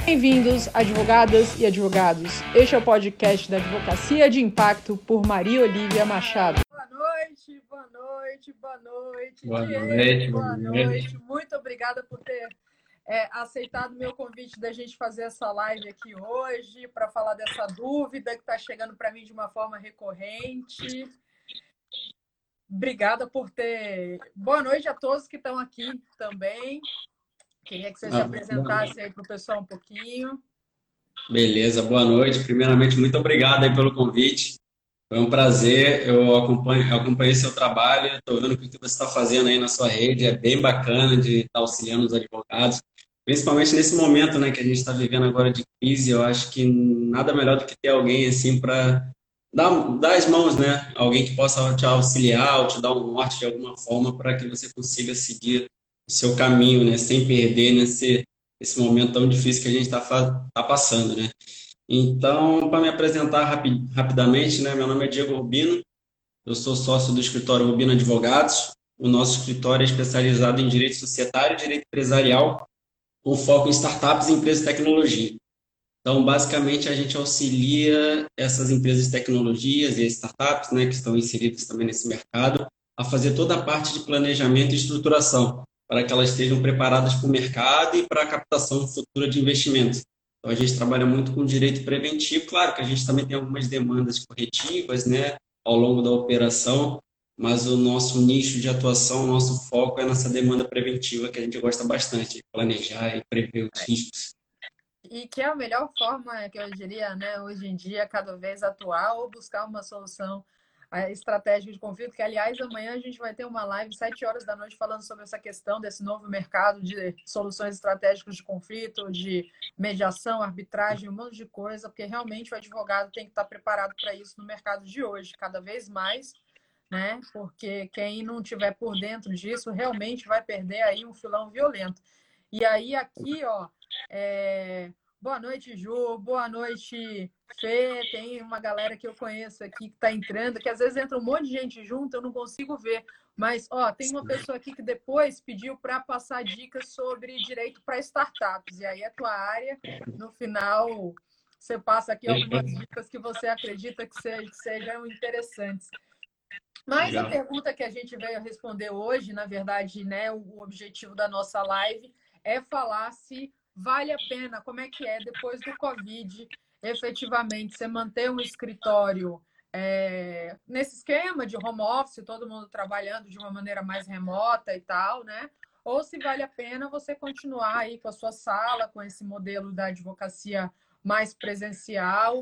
Bem-vindos, advogadas e advogados. Este é o podcast da Advocacia de Impacto por Maria Olívia Machado. Boa noite, boa noite, boa noite. Boa Diego, noite, boa noite. Muito obrigada por ter aceitado o meu convite da gente fazer essa live aqui hoje, para falar dessa dúvida que está chegando para mim de uma forma recorrente. Obrigada por ter... Boa noite a todos que estão aqui também. Queria que você se apresentasse aí para o pessoal um pouquinho. Beleza, boa noite. Primeiramente, muito obrigado aí pelo convite. Foi um prazer. Eu acompanhei seu trabalho, estou vendo o que você está fazendo aí na sua rede. É bem bacana de estar auxiliando os advogados, principalmente nesse momento, né, que a gente está vivendo agora de crise. Eu acho que nada melhor do que ter alguém assim para dar as mãos, né? Alguém que possa te auxiliar ou te dar um norte de alguma forma para que você consiga seguir o seu caminho, né? Sem perder esse momento tão difícil que a gente está passando, né? Então, para me apresentar rapidamente, né? Meu nome é Diego Rubino, eu sou sócio do escritório Rubino Advogados. O nosso escritório é especializado em direito societário e direito empresarial, com foco em startups e empresas de tecnologia. Então, basicamente, a gente auxilia essas empresas de tecnologias e startups, né, que estão inseridas também nesse mercado, a fazer toda a parte de planejamento e estruturação, para que elas estejam preparadas para o mercado e para a captação futura de investimentos. Então, a gente trabalha muito com direito preventivo. Claro que a gente também tem algumas demandas corretivas, né, ao longo da operação, mas o nosso nicho de atuação, o nosso foco é nessa demanda preventiva, que a gente gosta bastante, de planejar e prever os riscos. E que é a melhor forma, que eu diria, né, hoje em dia, cada vez atuar ou buscar uma solução estratégica de conflito, que, aliás, amanhã a gente vai ter uma live, 7 horas da noite, falando sobre essa questão desse novo mercado de soluções estratégicas de conflito, de mediação, arbitragem, um monte de coisa, porque realmente o advogado tem que estar preparado para isso no mercado de hoje, cada vez mais, né? Porque quem não tiver por dentro disso realmente vai perder aí um filão violento. E aí aqui, ó, boa noite, Ju, boa noite, Fê. Tem uma galera que eu conheço aqui que está entrando, que às vezes entra um monte de gente junto, eu não consigo ver. Mas, ó, tem uma pessoa aqui que depois pediu para passar dicas sobre direito para startups. E aí é tua área. No final, você passa aqui algumas dicas que você acredita que sejam interessantes. Mas a pergunta que a gente veio responder hoje, na verdade, né, o objetivo da nossa live é falar se vale a pena, como é que é depois do Covid, efetivamente, você manter um escritório nesse esquema de home office, todo mundo trabalhando de uma maneira mais remota e tal, né? Ou se vale a pena você continuar aí com a sua sala, com esse modelo da advocacia mais presencial,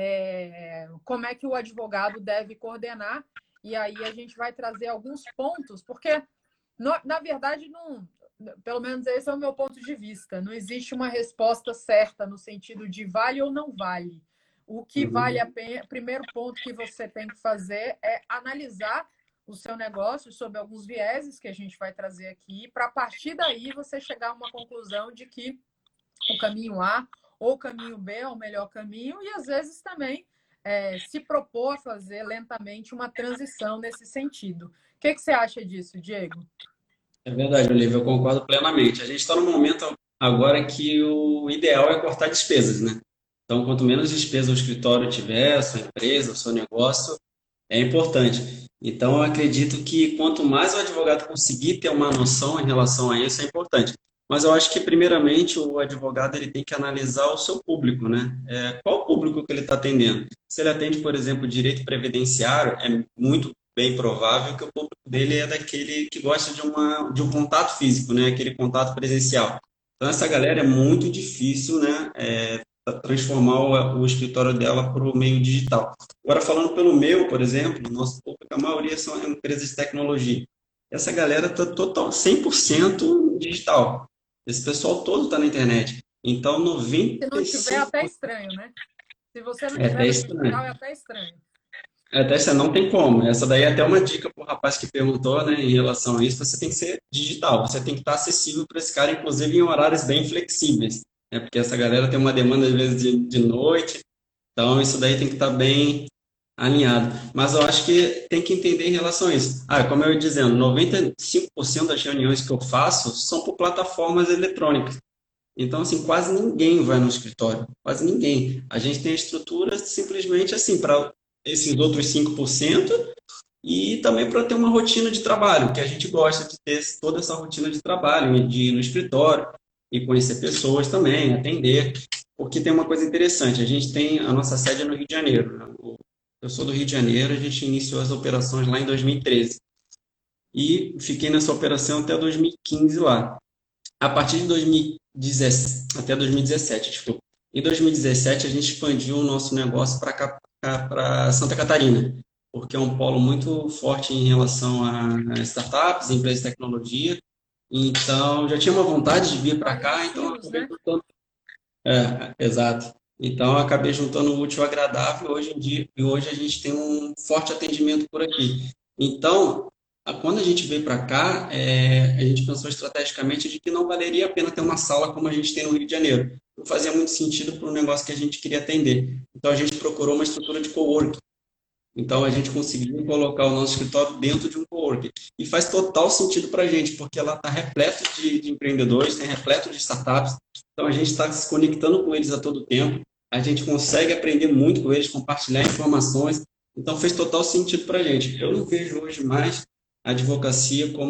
como é que o advogado deve coordenar. E aí a gente vai trazer alguns pontos, porque, na verdade, não, pelo menos esse é o meu ponto de vista, não existe uma resposta certa no sentido de vale ou não vale. O que vale a pena, o primeiro ponto que você tem que fazer é analisar o seu negócio sob alguns vieses que a gente vai trazer aqui, para a partir daí você chegar a uma conclusão de que o caminho A ou o caminho B é o melhor caminho, e às vezes também se propor a fazer lentamente uma transição nesse sentido. O que você acha disso, Diego? É verdade, Olivia, eu concordo plenamente. A gente está num momento agora que o ideal é cortar despesas, né? Então, quanto menos despesa o escritório tiver, a sua empresa, o seu negócio, é importante. Então, eu acredito que quanto mais o advogado conseguir ter uma noção em relação a isso, é importante. Mas eu acho que, primeiramente, o advogado ele tem que analisar o seu público, né? Qual o público que ele está atendendo? Se ele atende, por exemplo, direito previdenciário, é muito bem provável que o público dele é daquele que gosta de um contato físico, né? Aquele contato presencial. Então, essa galera é muito difícil, né? Transformar o escritório dela para o meio digital. Agora, falando pelo meu, por exemplo, nosso público, a maioria são empresas de tecnologia. Essa galera está total 100% digital. Esse pessoal todo está na internet. Então, Se não tiver, é 95%... até estranho, né? Se você não É tiver até no estranho. digital, é até estranho. Até você não tem como. Essa daí é até uma dica para o rapaz que perguntou, né, em relação a isso. Você tem que ser digital. Você tem que estar acessível para esse cara, inclusive em horários bem flexíveis, né? Porque essa galera tem uma demanda, às vezes, de noite. Então, isso daí tem que estar bem alinhado. Mas eu acho que tem que entender em relação a isso. Como eu ia dizendo, 95% das reuniões que eu faço são por plataformas eletrônicas. Então, assim, quase ninguém vai no escritório, quase ninguém. A gente tem a estrutura simplesmente assim, para esses outros 5% e também para ter uma rotina de trabalho, que a gente gosta de ter toda essa rotina de trabalho, de ir no escritório e conhecer pessoas também, atender, porque tem uma coisa interessante, a gente tem a nossa sede é no Rio de Janeiro, né? Eu sou do Rio de Janeiro, a gente iniciou as operações lá em 2013 e fiquei nessa operação até 2015 lá. A partir de 2017, até 2017, desculpa. Em 2017, a gente expandiu o nosso negócio para Santa Catarina, porque é um polo muito forte em relação a startups, empresas de tecnologia. Então, já tinha uma vontade de vir para cá, então eu Parecidos, acabei né? juntando. Exato. Então, eu acabei juntando o útil ao agradável hoje em dia, e hoje a gente tem um forte atendimento por aqui. Então, quando a gente veio para cá, a gente pensou estrategicamente de que não valeria a pena ter uma sala como a gente tem no Rio de Janeiro. Não fazia muito sentido para o negócio que a gente queria atender. Então, a gente procurou uma estrutura de coworking. Então, a gente conseguiu colocar o nosso escritório dentro de um coworking. E faz total sentido para a gente, porque ela está repleto de empreendedores, tem repleto de startups. Então, a gente está se conectando com eles a todo tempo. A gente consegue aprender muito com eles, compartilhar informações. Então, fez total sentido para a gente. Eu não vejo hoje mais a advocacia como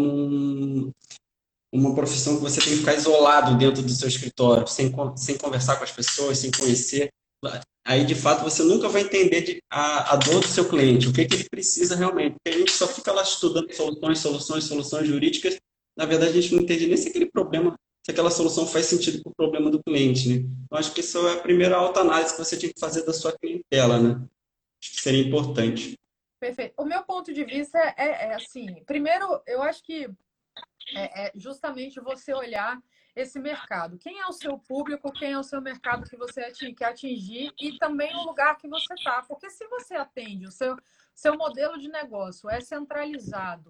uma profissão que você tem que ficar isolado dentro do seu escritório, sem conversar com as pessoas, sem conhecer. Aí, de fato, você nunca vai entender a dor do seu cliente, o que, que ele precisa realmente. Porque a gente só fica lá estudando soluções jurídicas. Na verdade, a gente não entende nem se aquele problema, se aquela solução faz sentido para o problema do cliente, né? Então, acho que isso é a primeira autoanálise que você tinha que fazer da sua clientela, né? Acho que seria importante. Perfeito. O meu ponto de vista é assim, primeiro, eu acho que é justamente você olhar esse mercado. Quem é o seu público, quem é o seu mercado que você quer atingir e também o lugar que você está. Porque se você atende, seu modelo de negócio é centralizado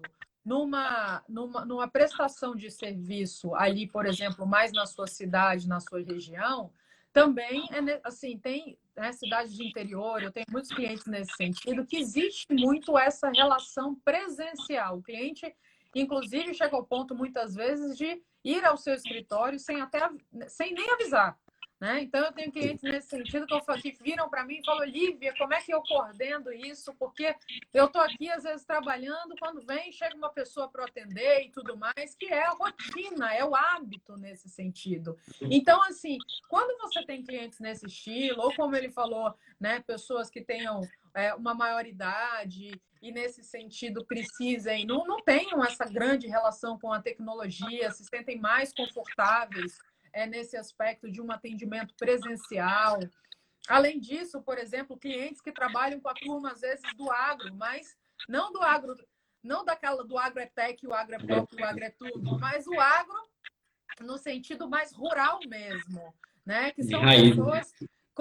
numa prestação de serviço ali, por exemplo, mais na sua cidade, na sua região, também assim, tem cidade de interior, eu tenho muitos clientes nesse sentido, que existe muito essa relação presencial. O cliente inclusive, chega ao ponto, muitas vezes, de ir ao seu escritório sem nem avisar. Né? Então, eu tenho clientes nesse sentido que viram para mim e falam, Olivia, como é que eu coordeno isso? Porque eu estou aqui, às vezes, trabalhando, quando vem, chega uma pessoa para atender e tudo mais, que é a rotina, é o hábito nesse sentido. Então, assim, quando você tem clientes nesse estilo, ou como ele falou, né, pessoas que tenham uma maioridade e nesse sentido precisem, não tenham essa grande relação com a tecnologia, se sentem mais confortáveis nesse aspecto de um atendimento presencial. Além disso, por exemplo, clientes que trabalham com a turma, às vezes, do agro, mas não do agro, não daquela do agro é tech, o agro é pop, o agro é tudo, mas o agro no sentido mais rural mesmo, né? Que são pessoas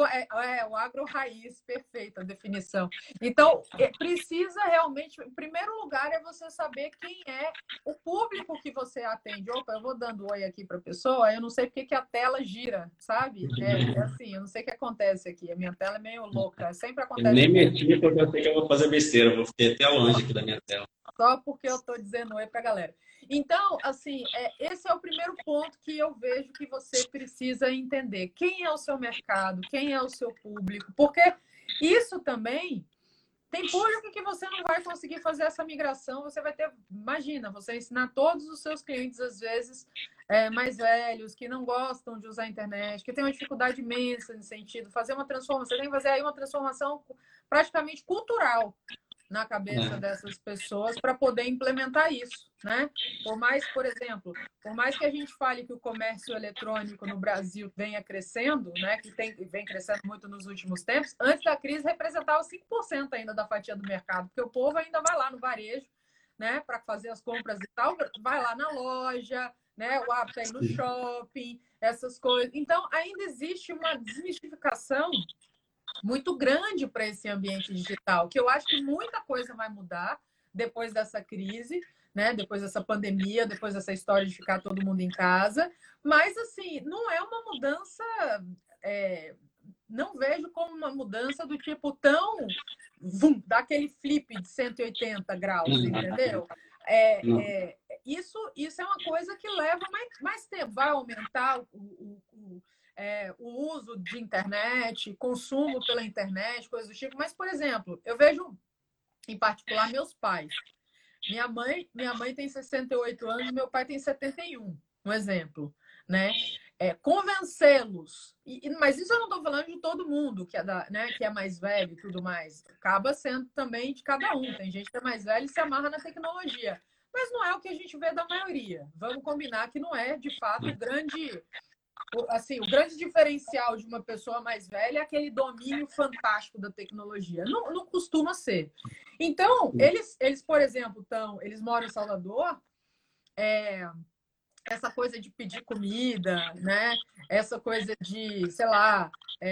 o agro raiz, perfeita a definição. Então, precisa realmente, em primeiro lugar, é você saber quem é o público que você atende. Opa, eu vou dando oi aqui para a pessoa, eu não sei porque que a tela gira, sabe? É assim, eu não sei o que acontece aqui, a minha tela é meio louca, sempre Eu acontece. nem meti porque eu sei que eu vou fazer besteira, eu vou ficar até longe aqui da minha tela. Só porque eu estou dizendo oi para a galera. Então, assim, esse é o primeiro ponto que eu vejo que você precisa entender. Quem é o seu mercado? Quem é o seu público? Porque isso também tem público que você não vai conseguir fazer essa migração. Você vai ter, imagina, você ensinar todos os seus clientes, às vezes, mais velhos, que não gostam de usar a internet, que têm uma dificuldade imensa nesse sentido, fazer uma transformação. Você tem que fazer aí uma transformação praticamente cultural na cabeça dessas pessoas para poder implementar isso, né? Por mais, por exemplo, por mais que a gente fale que o comércio eletrônico no Brasil venha crescendo, né? Que vem crescendo muito nos últimos tempos, antes da crise representava 5% ainda da fatia do mercado, porque o povo ainda vai lá no varejo, né? Para fazer as compras e tal, vai lá na loja, né? O hábito é ir no shopping, essas coisas. Então, ainda existe uma desmistificação muito grande para esse ambiente digital, que eu acho que muita coisa vai mudar depois dessa crise, né? Depois dessa pandemia, depois dessa história de ficar todo mundo em casa. Mas, assim, não é uma mudança... não vejo como uma mudança do tipo tão... daquele flip de 180 graus, entendeu? Isso é uma coisa que leva mais tempo. Vai aumentar o uso de internet, consumo pela internet, coisas do tipo. Mas, por exemplo, eu vejo, em particular, meus pais. Minha mãe tem 68 anos, meu pai tem 71, um exemplo, né? Convencê-los, mas isso eu não estou falando de todo mundo que né, que é mais velho e tudo mais. Acaba sendo também de cada um. Tem gente que é mais velho e se amarra na tecnologia. Mas não é o que a gente vê da maioria. Vamos combinar que não é, de fato, o grande diferencial de uma pessoa mais velha é aquele domínio fantástico da tecnologia. Não, não costuma ser. Então, eles por exemplo, eles moram em Salvador, essa coisa de pedir comida, né? Essa coisa de, sei lá,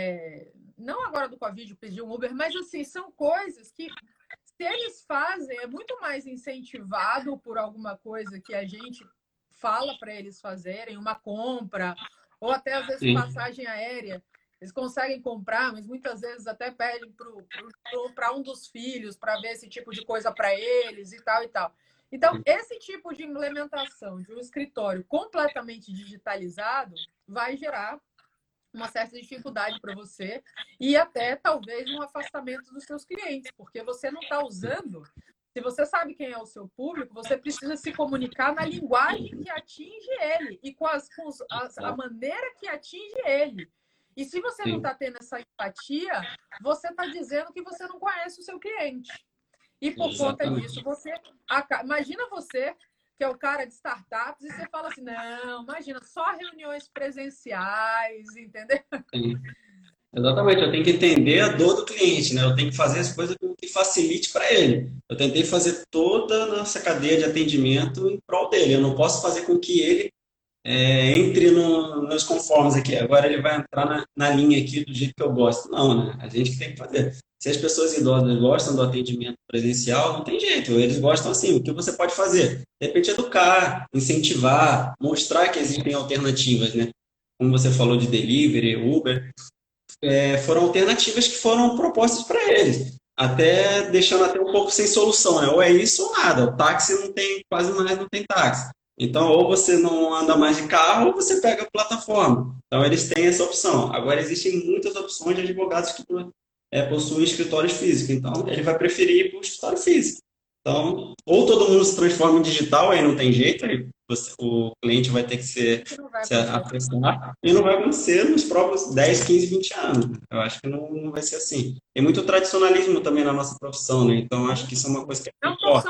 não agora do Covid pedir um Uber, mas assim, são coisas que, se eles fazem, é muito mais incentivado por alguma coisa que a gente fala para eles fazerem, uma compra, ou até às vezes passagem aérea. Eles conseguem comprar, mas muitas vezes até pedem para um dos filhos para ver esse tipo de coisa para eles e tal e tal. Então, esse tipo de implementação de um escritório completamente digitalizado vai gerar uma certa dificuldade para você e até talvez um afastamento dos seus clientes, porque você não está usando. Se você sabe quem é o seu público, você precisa se comunicar na linguagem que atinge ele e com a maneira que atinge ele. E se você não está tendo essa empatia, você está dizendo que você não conhece o seu cliente. E por conta disso, imagina você, que é o cara de startups, e você fala assim, não, imagina, só reuniões presenciais, entendeu? Sim. Exatamente, eu tenho que entender a dor do cliente, né? Eu tenho que fazer as coisas que facilite para ele. Eu tentei fazer toda a nossa cadeia de atendimento em prol dele. Eu não posso fazer com que ele entre nos conformes aqui. Agora ele vai entrar na linha aqui do jeito que eu gosto. Não, né? A gente que tem que fazer. Se as pessoas idosas gostam do atendimento presencial, não tem jeito. Eles gostam assim. O que você pode fazer? De repente, educar, incentivar, mostrar que existem alternativas, né? Como você falou de delivery, Uber, foram alternativas que foram propostas para eles. Até deixando até um pouco sem solução, né? Ou é isso ou nada. O táxi não tem, quase mais não tem táxi. Então, ou você não anda mais de carro, ou você pega a plataforma. Então, eles têm essa opção. Agora, existem muitas opções de advogados que possuem escritórios físicos. Então, ele vai preferir ir para o escritório físico. Então, ou todo mundo se transforma em digital, aí não tem jeito, aí o cliente vai ter que se apressar, e não vai acontecer nos próximos 10, 15, 20 anos. Eu acho que não vai ser assim. Tem muito tradicionalismo também na nossa profissão, né? Então, acho que isso é uma coisa que é muito forte.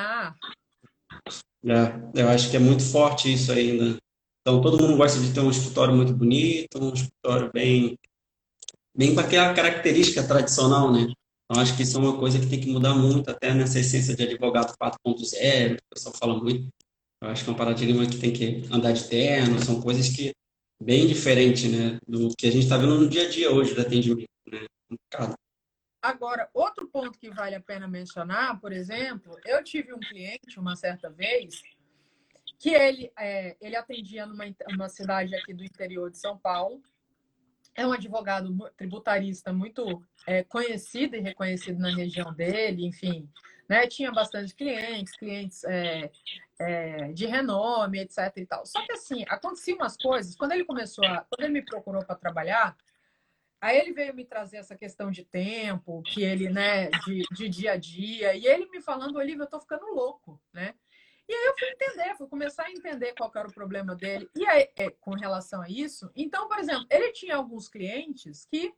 Eu acho que é muito forte isso ainda. Então, todo mundo gosta de ter um escritório muito bonito, um escritório bem com aquela característica tradicional, né? Então, acho que isso é uma coisa que tem que mudar muito, até nessa essência de advogado 4.0, que o pessoal fala muito. Eu acho que é um paradigma que tem que andar de terno, são coisas que bem diferentes, né, do que a gente está vendo no dia a dia hoje do atendimento, né? Agora, outro ponto que vale a pena mencionar, por exemplo, eu tive um cliente uma certa vez que ele atendia numa cidade aqui do interior de São Paulo. É um advogado tributarista muito conhecido e reconhecido na região dele, enfim, né? Tinha bastante clientes de renome, etc. e tal. Só que assim, aconteciam umas coisas, quando ele me procurou para trabalhar, aí ele veio me trazer essa questão de tempo, que ele, né, de dia a dia, e ele me falando, Olivia, eu tô ficando louco, né? E aí eu fui começar a entender qual era o problema dele. E aí, com relação a isso, então, por exemplo, ele tinha alguns clientes que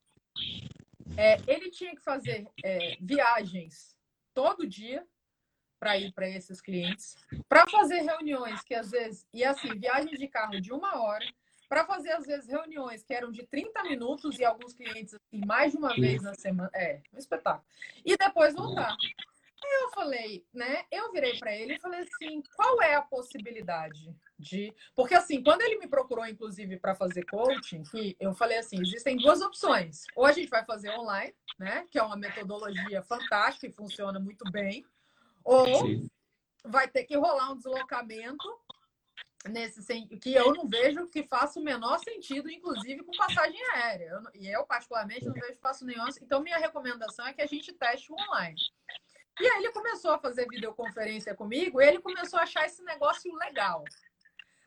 ele tinha que fazer viagens todo dia para ir para esses clientes, para fazer reuniões que às vezes, e assim, viagens de carro de 1 hora, para fazer às vezes reuniões que eram de 30 minutos e alguns clientes assim, mais de uma vez na semana. Um espetáculo. E depois voltar. Eu falei, né? Eu virei para ele e falei assim, qual é a possibilidade de... Porque assim, quando ele me procurou, inclusive, para fazer coaching, eu falei assim, existem duas opções. Ou a gente vai fazer online, né? Que é uma metodologia fantástica e funciona muito bem. Ou vai ter que rolar um deslocamento que eu não vejo que faça o menor sentido, inclusive com passagem aérea. Eu particularmente, não vejo faço nenhum. Então, minha recomendação é que a gente teste o online. E aí ele começou a fazer videoconferência comigo e ele começou a achar esse negócio legal.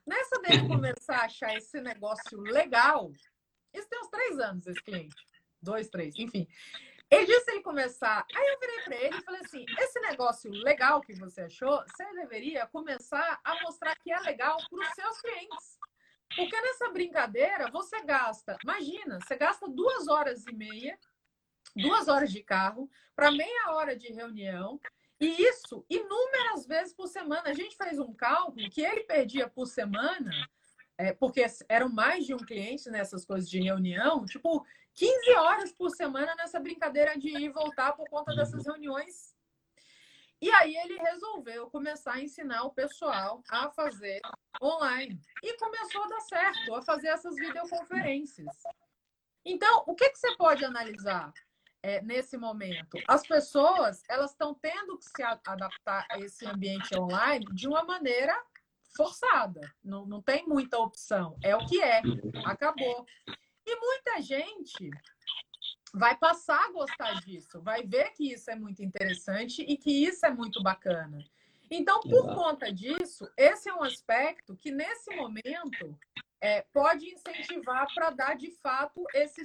Nessa dele começar a achar esse negócio legal, isso tem uns 3 anos, esse cliente. 2, 3, enfim. Ele disse ele começar. Aí eu virei para ele e falei assim: esse negócio legal que você achou, você deveria começar a mostrar que é legal para os seus clientes. Porque nessa brincadeira você gasta, imagina, você gasta 2 horas e meia, 2 horas de carro, para meia hora de reunião, e isso inúmeras vezes por semana. A gente fez um cálculo que ele perdia por semana, porque eram mais de um cliente nessas coisas de reunião, tipo 15 horas por semana nessa brincadeira de ir e voltar por conta dessas reuniões. E aí ele resolveu começar a ensinar o pessoal a fazer online. E começou a dar certo, a fazer essas videoconferências. Então, o que você pode analisar nesse momento? As pessoas, elas estão tendo que se adaptar a esse ambiente online de uma maneira forçada. Não tem muita opção. É o que é. Acabou. E muita gente vai passar a gostar disso, vai ver que isso é muito interessante e que isso é muito bacana. Então, por conta disso, esse é um aspecto que, nesse momento, pode incentivar para dar, de fato, esse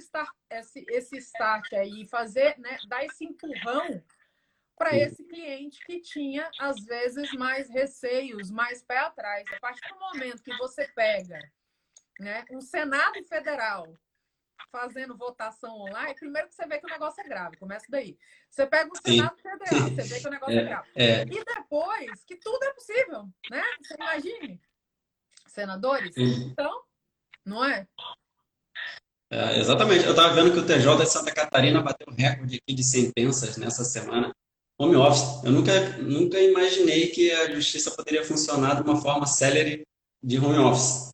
start aí, fazer, né, dar esse empurrão para esse cliente que tinha, às vezes, mais receios, mais pé atrás. A partir do momento que você pega, né, um Senado Federal fazendo votação online, primeiro que você vê que o negócio é grave, começa daí. Você pega o Senado Federal, você vê que o negócio é grave. E depois, que tudo é possível, né? Você imagine. Senadores? Então, não é? Exatamente. Eu estava vendo que o TJ de Santa Catarina bateu um recorde aqui de sentenças nessa semana. Home office. Eu nunca imaginei que a justiça poderia funcionar de uma forma célere de home office.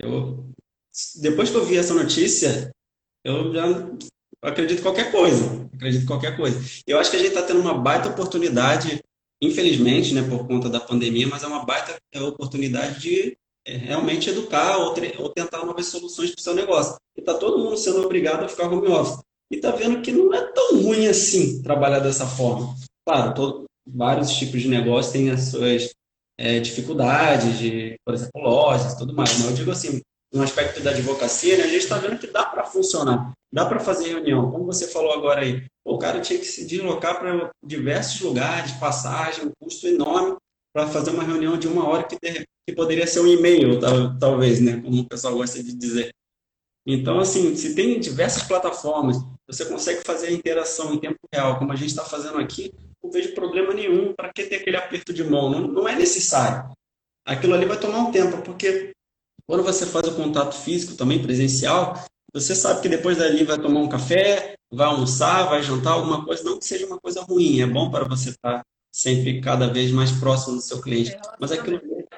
Depois que eu vi essa notícia, eu já acredito em qualquer coisa. Acredito em qualquer coisa. Eu acho que a gente está tendo uma baita oportunidade, infelizmente, né, por conta da pandemia, mas é uma baita oportunidade de realmente educar ou tentar novas soluções para o seu negócio. E está todo mundo sendo obrigado a ficar home office. E está vendo que não é tão ruim assim trabalhar dessa forma. Claro, vários tipos de negócio têm as suas dificuldades, por exemplo, lojas e tudo mais. Mas eu digo assim, no aspecto da advocacia, né, a gente está vendo que dá para funcionar, dá para fazer reunião. Como você falou agora aí, o cara tinha que se deslocar para diversos lugares, passagem, um custo enorme para fazer uma reunião de 1 hora que poderia ser um e-mail, talvez, né, como o pessoal gosta de dizer. Então, assim, se tem diversas plataformas, você consegue fazer a interação em tempo real, como a gente está fazendo aqui, não vejo problema nenhum. Para que ter aquele aperto de mão? Não é necessário. Aquilo ali vai tomar um tempo, porque quando você faz o contato físico, também presencial, você sabe que depois dali vai tomar um café, vai almoçar, vai jantar, alguma coisa, não que seja uma coisa ruim, é bom para você estar sempre cada vez mais próximo do seu cliente. Mas aquilo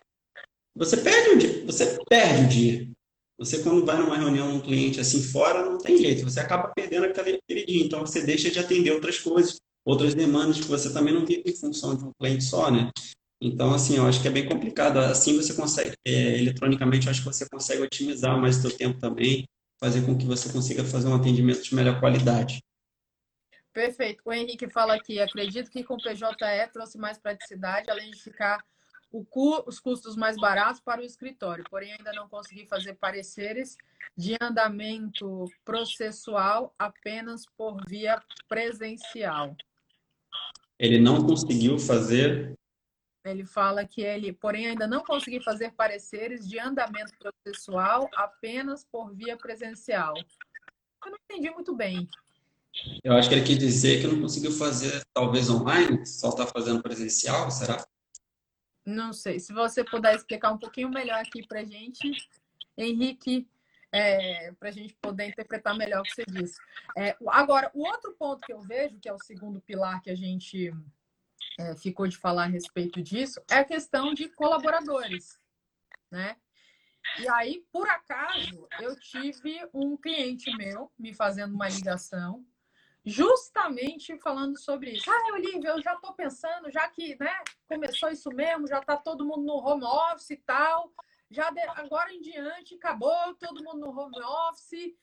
você perde o dia. Você, quando vai numa reunião com um cliente assim fora, não tem jeito, você acaba perdendo aquele dia. Então, você deixa de atender outras coisas, outras demandas que você também não vive em função de um cliente só, né? Então, assim, eu acho que é bem complicado. Assim você consegue, eletronicamente, eu acho que você consegue otimizar mais o seu tempo também, fazer com que você consiga fazer um atendimento de melhor qualidade. Perfeito. O Henrique fala aqui, acredito que com o PJE trouxe mais praticidade, além de ficar os custos mais baratos para o escritório, porém ainda não consegui fazer pareceres de andamento processual apenas por via presencial. Ele não conseguiu fazer... Ele fala que porém ainda não consegui fazer pareceres de andamento processual apenas por via presencial. Eu não entendi muito bem. Eu acho que ele quis dizer que não conseguiu fazer, talvez, online, só está fazendo presencial, será? Não sei. Se você puder explicar um pouquinho melhor aqui para a gente, Henrique, para a gente poder interpretar melhor o que você disse. Agora, o outro ponto que eu vejo, que é o segundo pilar que a gente ficou de falar a respeito disso, é a questão de colaboradores, né? E aí, por acaso, eu tive um cliente meu me fazendo uma ligação justamente falando sobre isso. Olivia, eu já estou pensando, já que, né, começou isso mesmo, já está todo mundo no home office e tal, agora em diante acabou todo mundo no home office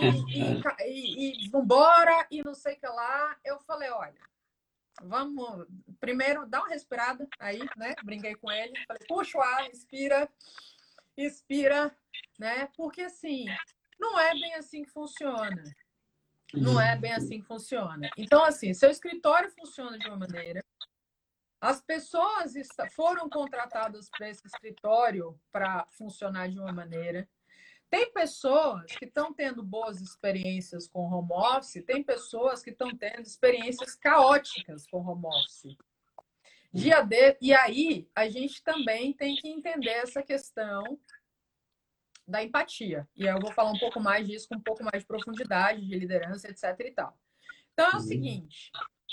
e vambora e não sei o que lá. Eu falei, olha, vamos primeiro dar uma respirada aí, né? Brinquei com ele, falei, puxa o ar, inspira expira, né? Porque assim, não é bem assim que funciona. Não é bem assim que funciona. Então, assim, seu escritório funciona de uma maneira, as pessoas foram contratadas para esse escritório para funcionar de uma maneira. Tem pessoas que estão tendo boas experiências com home office, tem pessoas que estão tendo experiências caóticas com home office. E aí, a gente também tem que entender essa questão da empatia. E aí eu vou falar um pouco mais disso, com um pouco mais de profundidade, de liderança, etc. e tal. Então, é o seguinte.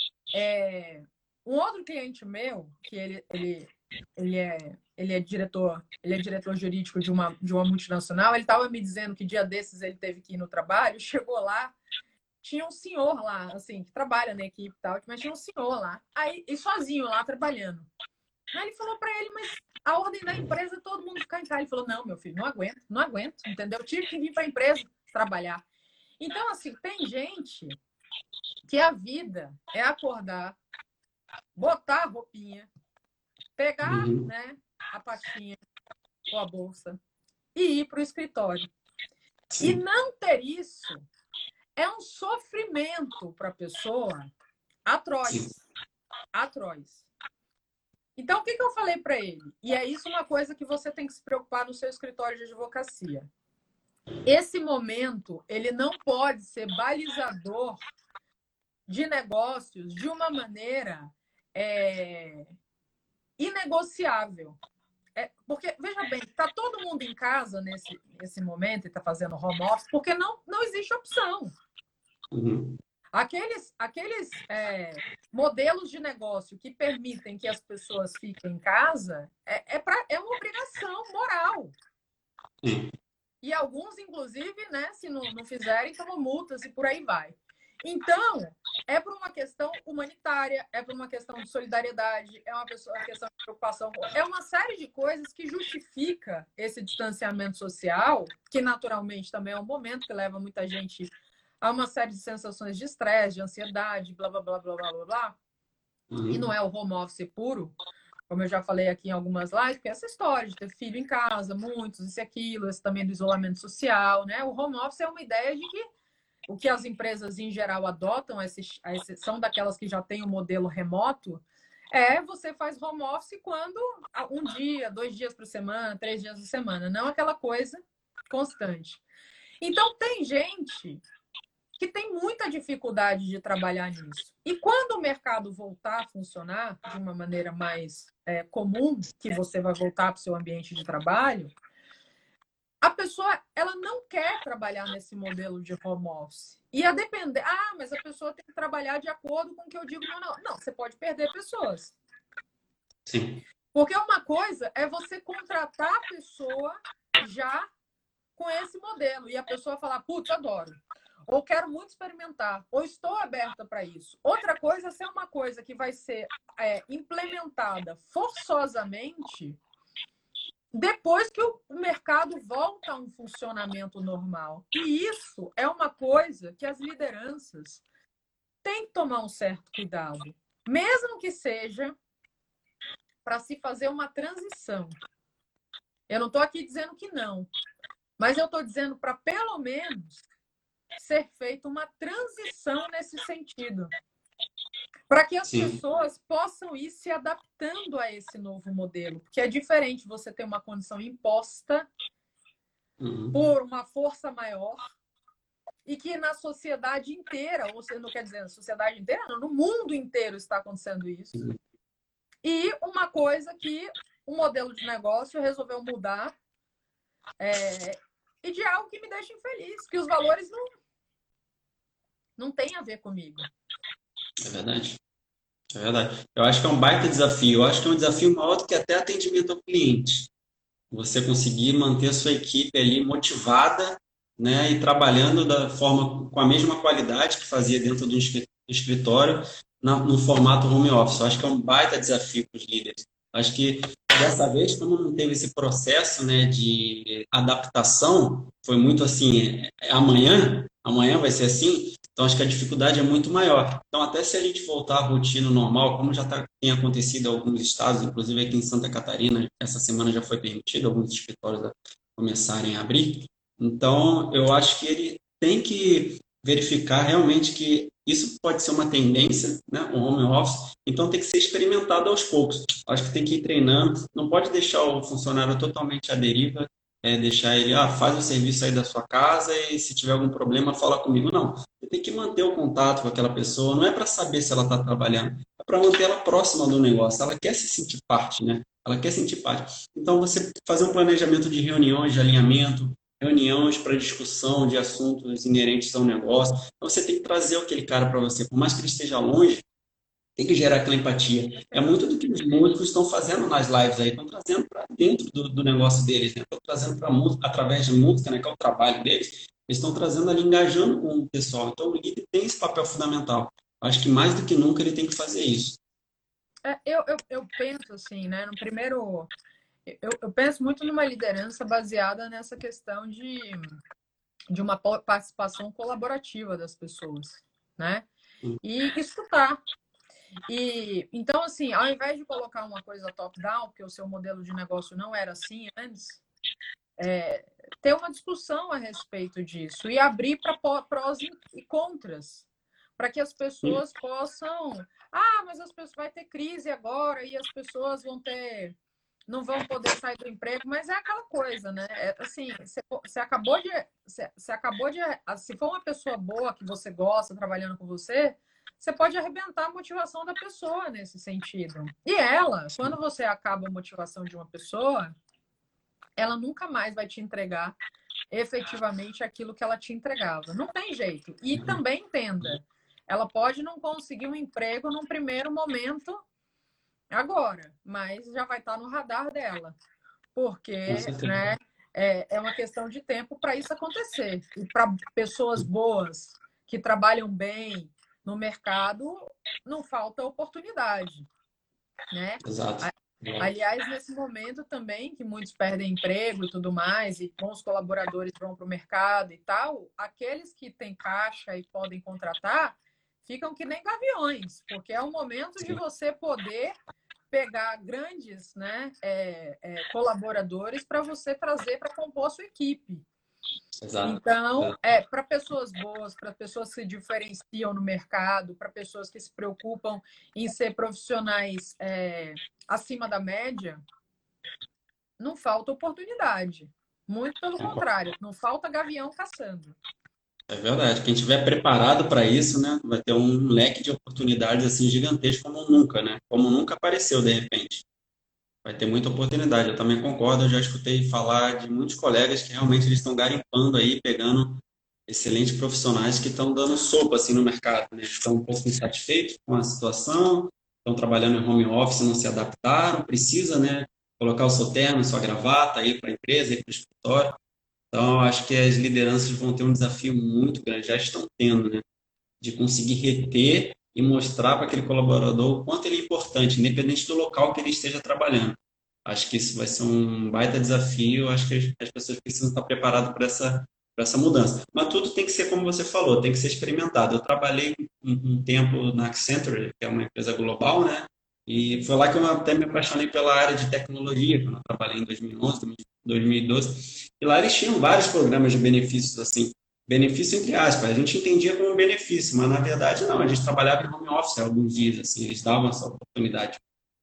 Um outro cliente meu, que ele é diretor jurídico de uma multinacional, ele estava me dizendo que dia desses ele teve que ir no trabalho, chegou lá, tinha um senhor lá, assim, que trabalha na equipe e tal, mas tinha um senhor lá, aí, e sozinho lá, trabalhando. Aí ele falou para ele, mas a ordem da empresa é todo mundo ficar em casa. Ele falou, não, meu filho, não aguento, entendeu? Eu tive que vir para a empresa trabalhar. Então, assim, tem gente que a vida é acordar, botar a roupinha, pegar, né, a pastinha ou a bolsa e ir para o escritório. Sim. E não ter isso é um sofrimento para a pessoa atroz. Atroz. Então, o que eu falei para ele? E é isso uma coisa que você tem que se preocupar no seu escritório de advocacia. Esse momento, ele não pode ser balizador de negócios de uma maneira inegociável. Porque, veja bem, está todo mundo em casa nesse momento e está fazendo home office porque não existe opção. Aqueles modelos de negócio que permitem que as pessoas fiquem em casa é uma obrigação moral. E alguns, inclusive, né, se não fizerem, tomam multas e por aí vai. Então, é por uma questão humanitária, é por uma questão de solidariedade, é uma questão de preocupação. É uma série de coisas que justifica esse distanciamento social, que naturalmente também é um momento que leva muita gente a uma série de sensações de estresse, de ansiedade, blá, blá, blá, blá, blá, blá, blá. E não é o home office puro, como eu já falei aqui em algumas lives, porque essa história de ter filho em casa, muitos, isso e aquilo, esse também do isolamento social, né? O home office é uma ideia de que o que as empresas em geral adotam, a exceção daquelas que já têm o modelo remoto, você faz home office quando 1 dia, 2 dias por semana, 3 dias por semana, não aquela coisa constante. Então, tem gente que tem muita dificuldade de trabalhar nisso. E quando o mercado voltar a funcionar de uma maneira mais comum, que você vai voltar para o seu ambiente de trabalho, a pessoa ela não quer trabalhar nesse modelo de home office. E a depender... mas a pessoa tem que trabalhar de acordo com o que eu digo. Não, você pode perder pessoas. Sim. Porque uma coisa é você contratar a pessoa já com esse modelo. E a pessoa falar, putz, adoro. Ou quero muito experimentar. Ou estou aberta para isso. Outra coisa é ser uma coisa que vai ser implementada forçosamente depois que o mercado volta a um funcionamento normal. E isso é uma coisa que as lideranças têm que tomar um certo cuidado. Mesmo que seja para se fazer uma transição. Eu não estou aqui dizendo que não. Mas eu estou dizendo para, pelo menos, ser feita uma transição nesse sentido. Para que as pessoas possam ir se adaptando a esse novo modelo. Porque é diferente você ter uma condição imposta por uma força maior e que na sociedade inteira, ou seja, não quer dizer na sociedade inteira, não, no mundo inteiro está acontecendo isso. E uma coisa que o modelo de negócio resolveu mudar e de algo que me deixa infeliz, que os valores não têm a ver comigo. É verdade. É verdade. Eu acho que é um baita desafio. Eu acho que é um desafio maior do que até atendimento ao cliente. Você conseguir manter a sua equipe ali motivada, né, e trabalhando com a mesma qualidade que fazia dentro do escritório, no formato home office. Eu acho que é um baita desafio para os líderes. Eu acho que dessa vez, como não teve esse processo, né, de adaptação, foi muito assim, amanhã vai ser assim. Então, acho que a dificuldade é muito maior. Então, até se a gente voltar à rotina normal, como tem acontecido em alguns estados, inclusive aqui em Santa Catarina, essa semana já foi permitido alguns escritórios a começarem a abrir. Então, eu acho que ele tem que verificar realmente que isso pode ser uma tendência, né, o home office, então tem que ser experimentado aos poucos. Acho que tem que ir treinando, não pode deixar o funcionário totalmente à deriva, deixar ele, faz o serviço aí da sua casa e se tiver algum problema, fala comigo. Não, você tem que manter o contato com aquela pessoa, não é para saber se ela está trabalhando, é para manter ela próxima do negócio, ela quer se sentir parte, né? Ela quer sentir parte. Então, você fazer um planejamento de reuniões, de alinhamento, reuniões para discussão de assuntos inerentes ao negócio. Então, você tem que trazer aquele cara para você, por mais que ele esteja longe, tem que gerar aquela empatia. É muito do que os músicos estão fazendo nas lives aí, estão trazendo para dentro do negócio deles, né? Estão trazendo para música, através de música, né? Que é o trabalho deles, eles estão trazendo ali, engajando com o pessoal. Então, o líder tem esse papel fundamental. Acho que mais do que nunca ele tem que fazer isso. Eu penso assim, né? No primeiro, eu penso muito numa liderança baseada nessa questão de uma participação colaborativa das pessoas, né? E escutar. E então, assim, ao invés de colocar uma coisa top-down, porque o seu modelo de negócio não era assim antes, ter uma discussão a respeito disso e abrir para prós e contras, para que as pessoas possam. Mas as pessoas vai ter crise agora e as pessoas não vão poder sair do emprego, mas é aquela coisa, né? Assim, você acabou de, se for uma pessoa boa que você gosta trabalhando com você, você pode arrebentar a motivação da pessoa nesse sentido. E ela, quando você acaba a motivação de uma pessoa, ela nunca mais vai te entregar efetivamente aquilo que ela te entregava. Não tem jeito. E também entenda, ela pode não conseguir um emprego num primeiro momento agora, mas já vai estar no radar dela. Porque, né, é uma questão de tempo para isso acontecer. E para pessoas boas, que trabalham bem no mercado, não falta oportunidade, né? Exato. Aliás, nesse momento também, que muitos perdem emprego e tudo mais, e bons colaboradores vão para o mercado e tal, aqueles que têm caixa e podem contratar, ficam que nem gaviões, porque é o momento de você poder pegar grandes, né, colaboradores para você trazer para compor a sua equipe. Exato. Então, para pessoas boas, para pessoas que se diferenciam no mercado, para pessoas que se preocupam em ser profissionais acima da média, não falta oportunidade. Muito pelo contrário, não falta gavião caçando. É verdade. Quem estiver preparado para isso, né, vai ter um leque de oportunidades assim gigantesco como nunca, né? Como nunca apareceu de repente. Vai ter muita oportunidade. Eu também concordo. Eu já escutei falar de muitos colegas que realmente eles estão garimpando aí, pegando excelentes profissionais que estão dando sopa assim no mercado, né? Estão um pouco insatisfeitos com a situação, estão trabalhando em home office, não se adaptaram, precisa, né, colocar o seu terno, sua gravata, ir para a empresa, ir para o escritório. Então, acho que as lideranças vão ter um desafio muito grande, já estão tendo, né? De conseguir reter e mostrar para aquele colaborador o quanto ele é importante, independente do local que ele esteja trabalhando. Acho que isso vai ser um baita desafio, acho que as pessoas precisam estar preparadas para essa mudança. Mas tudo tem que ser, como você falou, tem que ser experimentado. Eu trabalhei um tempo na Accenture, que é uma empresa global, né? E foi lá que eu até me apaixonei pela área de tecnologia, quando eu trabalhei em 2011, 2012. E lá eles tinham vários programas de benefícios, assim, benefício entre aspas. A gente entendia como benefício, mas na verdade não. A gente trabalhava em home office alguns dias, assim, eles davam essa oportunidade.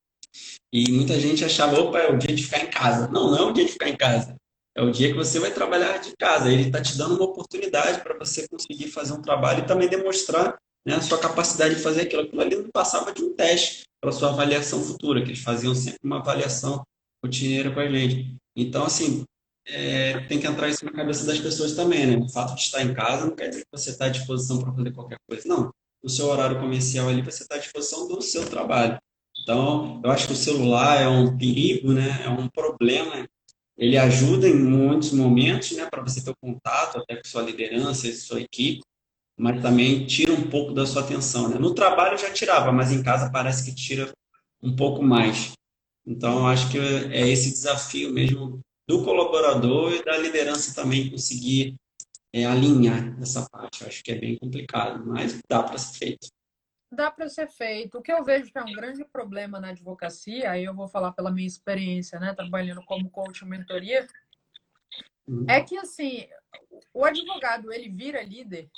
E muita gente achava, opa, é o dia de ficar em casa. Não, não é o dia de ficar em casa. É o dia que você vai trabalhar de casa. Ele está te dando uma oportunidade para você conseguir fazer um trabalho e também demonstrar, né, a sua capacidade de fazer aquilo. Aquilo ali não passava de um teste para a sua avaliação futura, que eles faziam sempre uma avaliação rotineira com a gente. Então, assim, tem que entrar isso na cabeça das pessoas também, né? O fato de estar em casa não quer dizer que você está à disposição para fazer qualquer coisa. Não. No seu horário comercial ali, você está à disposição do seu trabalho. Então, eu acho que o celular é um perigo, né? É um problema. Ele ajuda em muitos momentos, né, para você ter o contato até com sua liderança e sua equipe, mas também tira um pouco da sua atenção, né? No trabalho já tirava, mas em casa parece que tira um pouco mais. Então, eu acho que é esse desafio mesmo do colaborador e da liderança também conseguir alinhar essa parte. Eu acho que é bem complicado, mas dá para ser feito. Dá para ser feito. O que eu vejo que é um grande problema na advocacia, aí eu vou falar pela minha experiência, né, trabalhando como coach e mentoria, é que assim, o advogado ele vira líder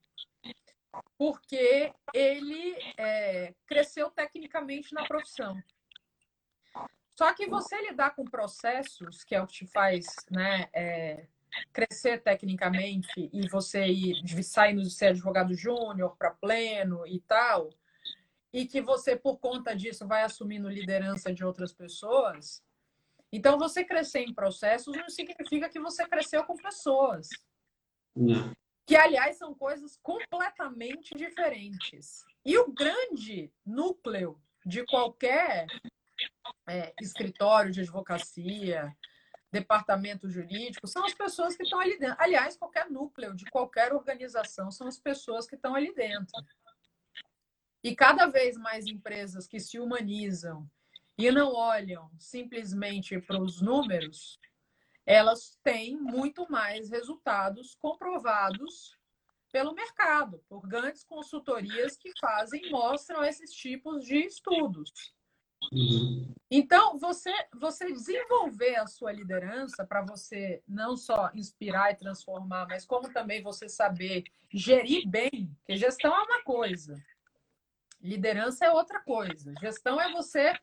porque ele cresceu tecnicamente na profissão. Só que você lidar com processos, que é o que te faz, né, crescer tecnicamente e você ir saindo de ser advogado júnior para pleno e tal, e que você, por conta disso, vai assumindo liderança de outras pessoas. Então, você crescer em processos não significa que você cresceu com pessoas. Não. Que, aliás, são coisas completamente diferentes. E o grande núcleo de qualquer escritório de advocacia, departamento jurídico, são as pessoas que estão ali dentro. Aliás, qualquer núcleo de qualquer organização são as pessoas que estão ali dentro. E cada vez mais empresas que se humanizam e não olham simplesmente para os números, elas têm muito mais resultados comprovados pelo mercado, por grandes consultorias que fazem e mostram esses tipos de estudos. Então, você desenvolver a sua liderança para você não só inspirar e transformar, mas como também você saber gerir bem, porque gestão é uma coisa, liderança é outra coisa. Gestão é você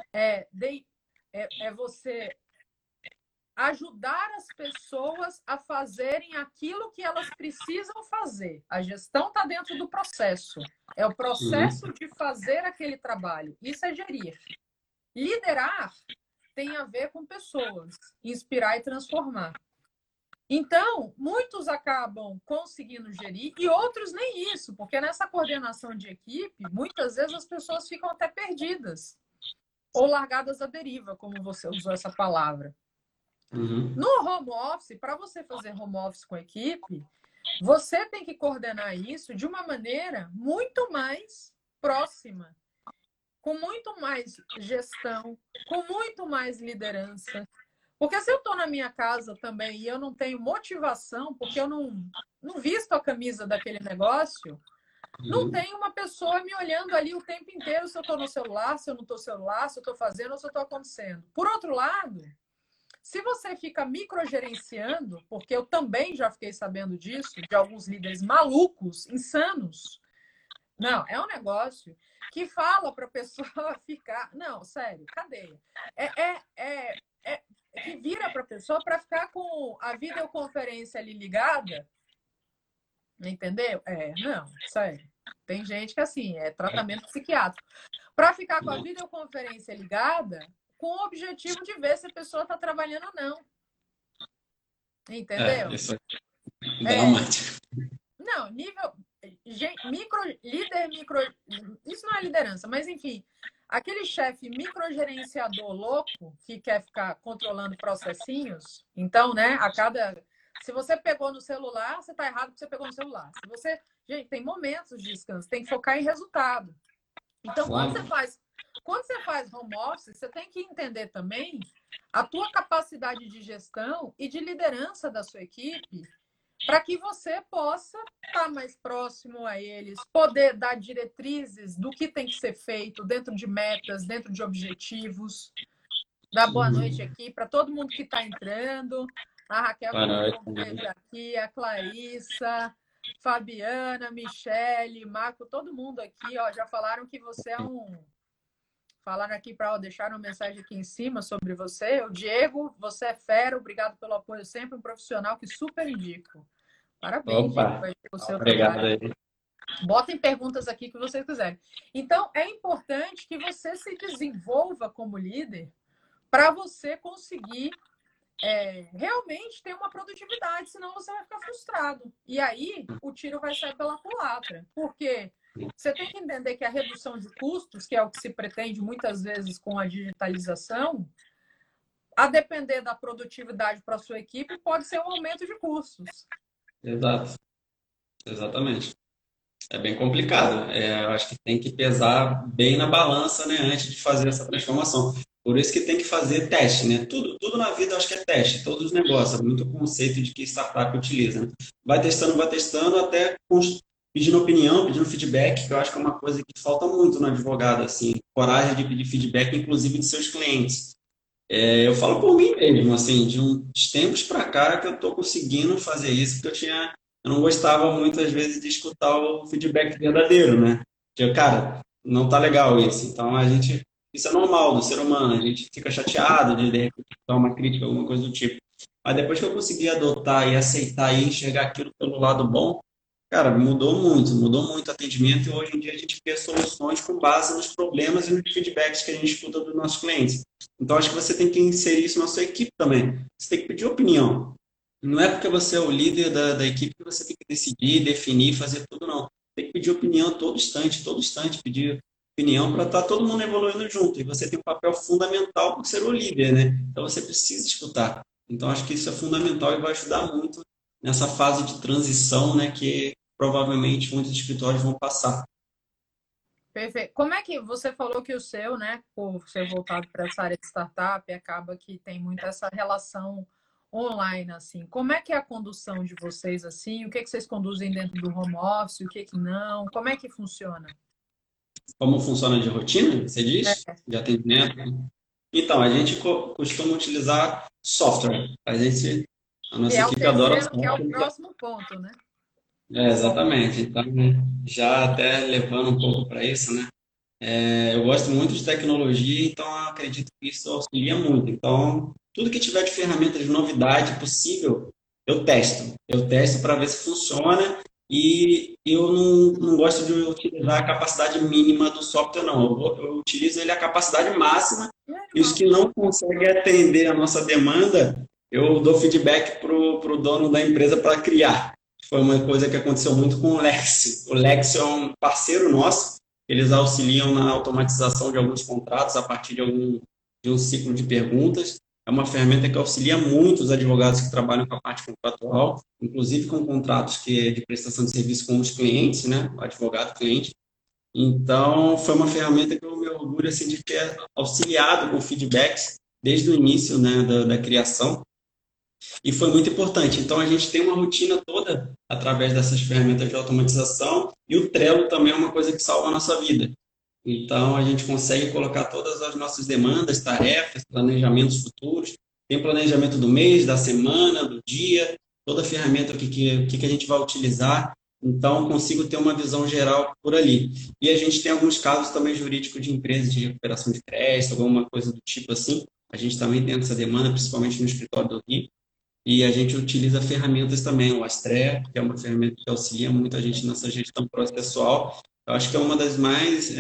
você ajudar as pessoas a fazerem aquilo que elas precisam fazer. A gestão está dentro do processo. É o processo de fazer aquele trabalho. Isso é gerir. Liderar tem a ver com pessoas, inspirar e transformar. Então, muitos acabam conseguindo gerir e outros nem isso, porque nessa coordenação de equipe, muitas vezes as pessoas ficam até perdidas ou largadas à deriva, como você usou essa palavra. No home office, para você fazer home office com equipe, você tem que coordenar isso de uma maneira muito mais próxima, com muito mais gestão, com muito mais liderança. Porque se eu estou na minha casa também e eu não tenho motivação, porque eu não visto a camisa daquele negócio, não tem uma pessoa me olhando ali o tempo inteiro se eu estou no celular, se eu não estou no celular, se eu estou fazendo ou se eu estou acontecendo. Por outro lado, se você fica microgerenciando, porque eu também já fiquei sabendo disso, de alguns líderes malucos, insanos. Não, é um negócio que fala para a pessoa ficar... Não, sério, cadeia. Que vira para a pessoa para ficar com a videoconferência ali ligada, entendeu? Não, sério. Tem gente que, assim, é tratamento psiquiátrico. Para ficar com a videoconferência ligada, com o objetivo de ver se a pessoa está trabalhando ou não. Entendeu? Isso é dramático. Não, nível... líder micro... Isso não é liderança, mas enfim... Aquele chefe microgerenciador louco que quer ficar controlando processinhos, então, né, se você pegou no celular, você está errado porque você pegou no celular. Gente, tem momentos de descanso, tem que focar em resultado. Então, quando você faz home office, você tem que entender também a tua capacidade de gestão e de liderança da sua equipe, para que você possa estar mais próximo a eles, poder dar diretrizes do que tem que ser feito dentro de metas, dentro de objetivos. Dar boa noite aqui para todo mundo que está entrando. A Raquel esteja aqui, a Clarissa, Fabiana, Michele, Marco, todo mundo aqui, ó, já falaram que você é Falaram aqui para deixar uma mensagem aqui em cima sobre você. O Diego, você é fera, obrigado pelo apoio sempre, um profissional que super indico. Parabéns, Diego, pelo seu trabalho. Botem perguntas aqui que vocês quiserem. Então, é importante que você se desenvolva como líder para você conseguir realmente ter uma produtividade, senão você vai ficar frustrado. E aí, o tiro vai sair pela culatra. Porque você tem que entender que a redução de custos, que é o que se pretende muitas vezes com a digitalização, a depender da produtividade para a sua equipe, pode ser um aumento de custos. Exato. Exatamente. É bem complicado. Eu acho que tem que pesar bem na balança, né, antes de fazer essa transformação. Por isso que tem que fazer teste, né? Tudo na vida eu acho que é teste, todos os negócios, é muito conceito de que startup utiliza, né? Vai testando até pedindo opinião, pedindo feedback, que eu acho que é uma coisa que falta muito no advogado, assim, coragem de pedir feedback, inclusive de seus clientes. Eu falo por mim mesmo, assim, de uns tempos para cá que eu estou conseguindo fazer isso, porque eu não gostava muitas vezes de escutar o feedback verdadeiro, né? Que, cara, não tá legal isso. Então isso é normal do ser humano, a gente fica chateado de repente dar uma crítica, alguma coisa do tipo. Mas depois que eu consegui adotar e aceitar e enxergar aquilo pelo lado bom, cara, mudou muito o atendimento e hoje em dia a gente cria soluções com base nos problemas e nos feedbacks que a gente escuta dos nossos clientes. Então, acho que você tem que inserir isso na sua equipe também. Você tem que pedir opinião. Não é porque você é o líder da equipe que você tem que decidir, definir, fazer tudo, não. Tem que pedir opinião todo instante, pedir opinião para estar todo mundo evoluindo junto. E você tem um papel fundamental por ser o líder, né? Então, você precisa escutar. Então, acho que isso é fundamental e vai ajudar muito nessa fase de transição, né, que provavelmente muitos escritórios vão passar. Perfeito. Como é que você falou que o seu, né, por ser voltado para essa área de startup, acaba que tem muito essa relação online, assim. Como é que é a condução de vocês, assim? O que é que vocês conduzem dentro do home office? O que é que não? Como é que funciona? Como funciona de rotina, você diz? É, De atendimento? Então, a gente costuma utilizar software. A que nossa é o equipe adora terceiro, que é o software. próximo ponto, né? Exatamente. Então, já até levando um pouco para isso, né? Eu gosto muito de tecnologia, então eu acredito que isso auxilia muito. Então, tudo que tiver de ferramenta de novidade possível, eu testo. Eu testo para ver se funciona e eu não gosto de utilizar a capacidade mínima do software, não. Eu utilizo ele a capacidade máxima e os que não conseguem atender a nossa demanda, eu dou feedback para o dono da empresa para criar. Foi uma coisa que aconteceu muito com o Lexio. O Lexio é um parceiro nosso, eles auxiliam na automatização de alguns contratos a partir de um ciclo de perguntas. É uma ferramenta que auxilia muito os advogados que trabalham com a parte contratual, inclusive com contratos que é de prestação de serviço com os clientes, né? O advogado-cliente. Então, foi uma ferramenta que eu me orgulho assim, de ter auxiliado com feedbacks desde o início, né, da criação. E foi muito importante. Então, a gente tem uma rotina toda através dessas ferramentas de automatização e o Trello também é uma coisa que salva a nossa vida. Então, a gente consegue colocar todas as nossas demandas, tarefas, planejamentos futuros. Tem planejamento do mês, da semana, do dia, toda a ferramenta, que a gente vai utilizar. Então, consigo ter uma visão geral por ali. E a gente tem alguns casos também jurídicos de empresas de recuperação de crédito, alguma coisa do tipo assim. A gente também tem essa demanda, principalmente no escritório do Rio. E a gente utiliza ferramentas também, o Astrea, que é uma ferramenta que auxilia muito a gente nessa gestão processual. Eu acho que é uma das mais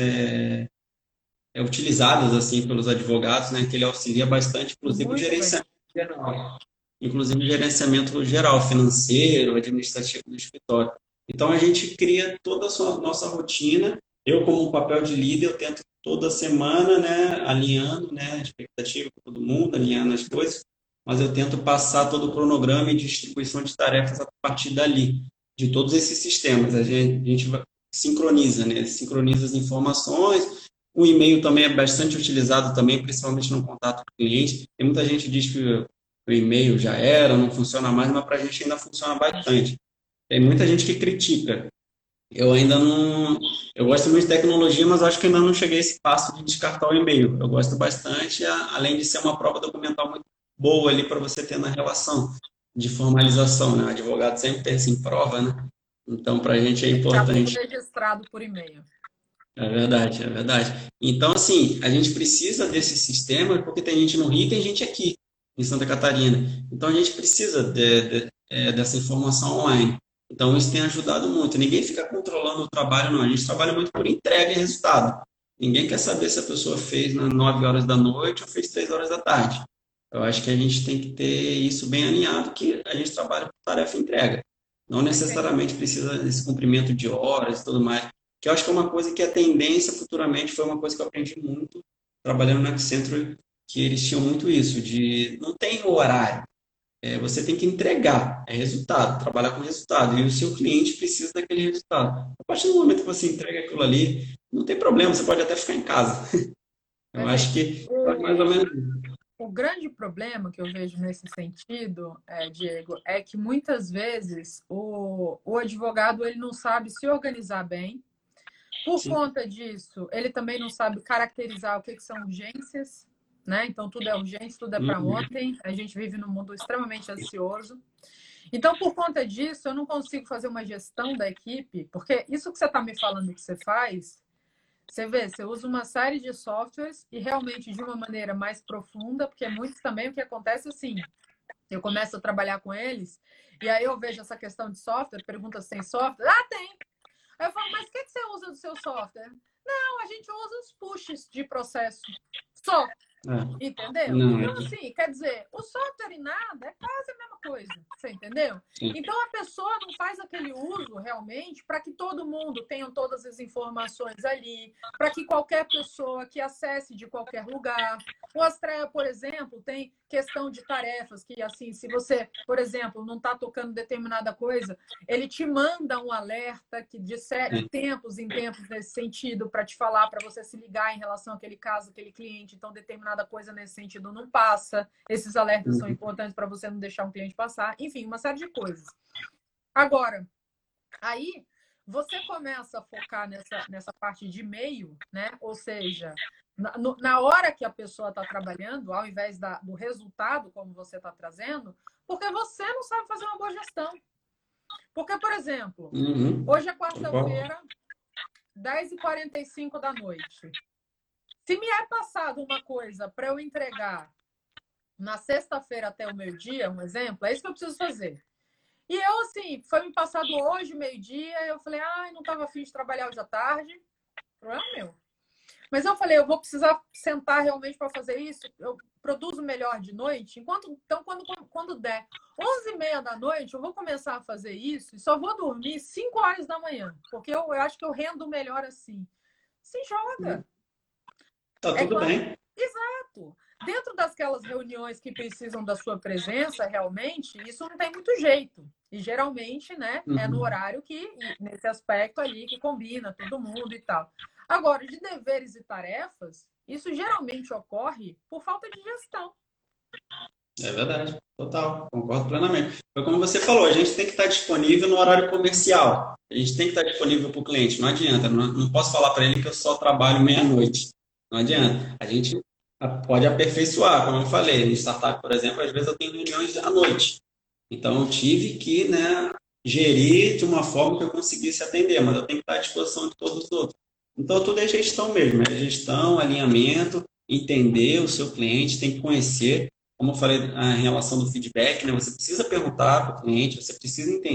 utilizadas assim pelos advogados, né? Que ele auxilia bastante, Muito bem. inclusive o gerenciamento geral, financeiro, administrativo do escritório. Então a gente cria toda a nossa rotina. Eu, como um papel de líder, eu tento toda semana, né, alinhando, né, a expectativa com todo mundo, alinhando as coisas, mas eu tento passar todo o cronograma e distribuição de tarefas a partir dali, de todos esses sistemas. A gente sincroniza, né, sincroniza as informações. O e-mail também é bastante utilizado também, principalmente no contato com o cliente. Tem muita gente que diz que o e-mail já era, não funciona mais, mas para a gente ainda funciona bastante. Tem muita gente que critica. Eu ainda não. Eu gosto muito de tecnologia, mas acho que ainda não cheguei a esse passo de descartar o e-mail. Eu gosto bastante, além de ser uma prova documental muito boa ali para você ter na relação de formalização, né? O advogado sempre tem assim prova, né? Então, para a gente é Já tudo importante. registrado por e-mail. É verdade, é verdade. Então, assim, a gente precisa desse sistema porque tem gente no Rio e tem gente aqui, em Santa Catarina. Então, a gente precisa dessa informação online. Então, isso tem ajudado muito. Ninguém fica controlando o trabalho, não. A gente trabalha muito por entrega e resultado. Ninguém quer saber se a pessoa fez nas 9 horas da noite ou fez 3 horas da tarde. Eu acho que a gente tem que ter isso bem alinhado, que a gente trabalha por tarefa e entrega. Não necessariamente precisa desse cumprimento de horas e tudo mais, que eu acho que é uma coisa que a tendência futuramente foi uma coisa que eu aprendi muito trabalhando na Accenture, que eles tinham muito isso, de não tem horário, você tem que entregar, é resultado, trabalhar com resultado, e o seu cliente precisa daquele resultado. A partir do momento que você entrega aquilo ali, não tem problema, você pode até ficar em casa. Eu Mas acho que é mais ou menos isso. o grande problema que eu vejo nesse sentido, Diego, é que muitas vezes o advogado ele não sabe se organizar bem. Por Sim. conta disso, ele também não sabe caracterizar o que são urgências, né? Então, tudo é urgência, tudo é para Uhum. ontem. A gente vive num mundo extremamente ansioso. Então, por conta disso, eu não consigo fazer uma gestão da equipe, porque isso que você está me falando que você faz, você vê, você usa uma série de softwares e realmente de uma maneira mais profunda, porque muitos também o que acontece assim, eu começo a trabalhar com eles e aí eu vejo essa questão de software, pergunta se tem software, tem. Aí eu falo, mas o que você usa do seu software? Não, a gente usa os pushes de processo. Só. É. Entendeu? Não, Então, assim, quer dizer, o software e nada é quase a mesma coisa. Você entendeu? sim. Então, a pessoa não faz aquele uso realmente para que todo mundo tenha todas as informações ali, para que qualquer pessoa que acesse de qualquer lugar. O Astrea, por exemplo, tem questão de tarefas que, assim, se você, por exemplo, não está tocando determinada coisa, ele te manda um alerta que de tempos em tempos nesse sentido para te falar, para você se ligar em relação àquele caso, aquele cliente. Então, determinada coisa nesse sentido não passa. Esses alertas são importantes para você não deixar um cliente passar. Enfim, uma série de coisas. Agora, aí você começa a focar nessa parte de e-mail, né? Ou seja, na hora que a pessoa está trabalhando, ao invés do resultado, como você está trazendo, porque você não sabe fazer uma boa gestão. Porque, por exemplo, hoje é quarta-feira, 10h45 da noite. Se me é passado uma coisa para eu entregar na sexta-feira até o meio-dia, um exemplo, é isso que eu preciso fazer. E eu, assim, foi me passado hoje, meio-dia, eu falei, não estava afim de trabalhar hoje à tarde. Problema meu. Mas eu falei, eu vou precisar sentar realmente para fazer isso. Eu produzo melhor de noite. Então, quando der 11h30 da noite, eu vou começar a fazer isso e só vou dormir 5 horas da manhã. Porque eu acho que eu rendo melhor assim. Se joga. Tá tudo bem. Exato. Dentro daquelas reuniões que precisam da sua presença, realmente, isso não tem muito jeito. E geralmente, né, é no horário nesse aspecto ali, que combina todo mundo e tal. Agora, de deveres e tarefas, isso geralmente ocorre por falta de gestão. É verdade, total, concordo plenamente. Foi como você falou, a gente tem que estar disponível no horário comercial. A gente tem que estar disponível para o cliente. Não adianta, não posso falar para ele que eu só trabalho meia-noite. Não adianta. A gente pode aperfeiçoar, como eu falei. No startup, por exemplo, às vezes eu tenho reuniões à noite. Então, eu tive que, né, gerir de uma forma que eu conseguisse atender, mas eu tenho que estar à disposição de todos os outros. Então, tudo é gestão mesmo, é gestão, alinhamento, entender o seu cliente, tem que conhecer. Como eu falei em relação do feedback, né, você precisa perguntar para o cliente, você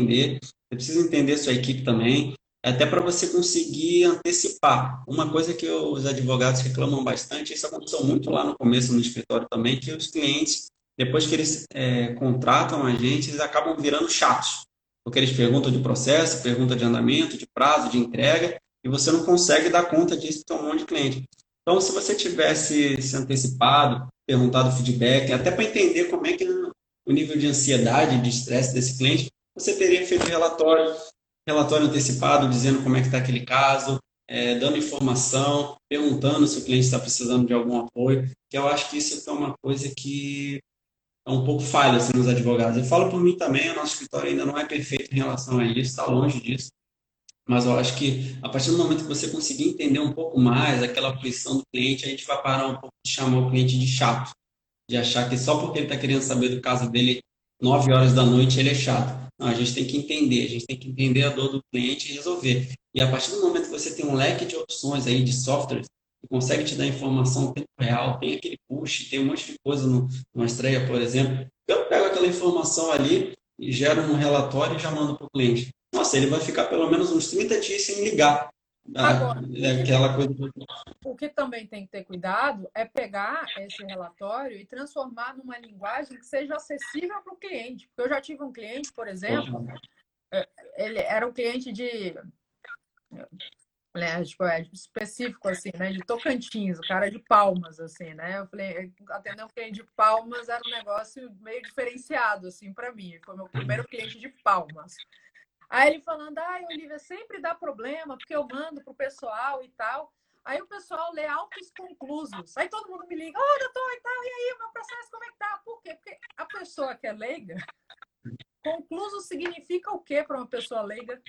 precisa entender a sua equipe também, até para você conseguir antecipar. Uma coisa que os advogados reclamam bastante, isso aconteceu muito lá no começo no escritório também, que os clientes depois que eles contratam a gente, eles acabam virando chatos. Porque eles perguntam de processo, perguntam de andamento, de prazo, de entrega, e você não consegue dar conta disso para um monte de cliente. Então, se você tivesse se antecipado, perguntado feedback, até para entender como é que o nível de ansiedade, de estresse desse cliente, você teria feito relatório antecipado, dizendo como é que está aquele caso, dando informação, perguntando se o cliente está precisando de algum apoio, que eu acho que isso é uma coisa que é um pouco falha assim, nos advogados. Eu falo por mim também, o nosso escritório ainda não é perfeito em relação a isso, está longe disso. Mas eu acho que a partir do momento que você conseguir entender um pouco mais aquela aflição do cliente, a gente vai parar um pouco de chamar o cliente de chato, de achar que só porque ele está querendo saber do caso dele 9 horas da noite ele é chato. Não, a gente tem que entender, a gente tem que entender a dor do cliente e resolver. E a partir do momento que você tem um leque de opções aí de softwares que consegue te dar informação em tempo real, tem aquele push, tem um monte de coisa no Estreia, por exemplo, eu pego aquela informação ali e gero um relatório e já mando para o cliente. Nossa, ele vai ficar pelo menos uns 30 dias sem ligar. Agora, Aquela coisa. o que também tem que ter cuidado é pegar esse relatório e transformar numa linguagem que seja acessível para o cliente. Porque eu já tive um cliente, por exemplo, ele era um cliente de, né, tipo, específico, assim, né, de Tocantins, o cara de Palmas, assim, né? Eu falei, atender um cliente de Palmas era um negócio meio diferenciado, assim, para mim. Foi meu primeiro cliente de Palmas. Aí ele falando, Olivia, sempre dá problema, porque eu mando pro pessoal e tal. Aí o pessoal lê autos conclusos. Aí todo mundo me liga, ô, doutor, e tal, e aí, o meu processo, como é que tá? Por quê? Porque a pessoa que é leiga, concluso significa o quê para uma pessoa leiga?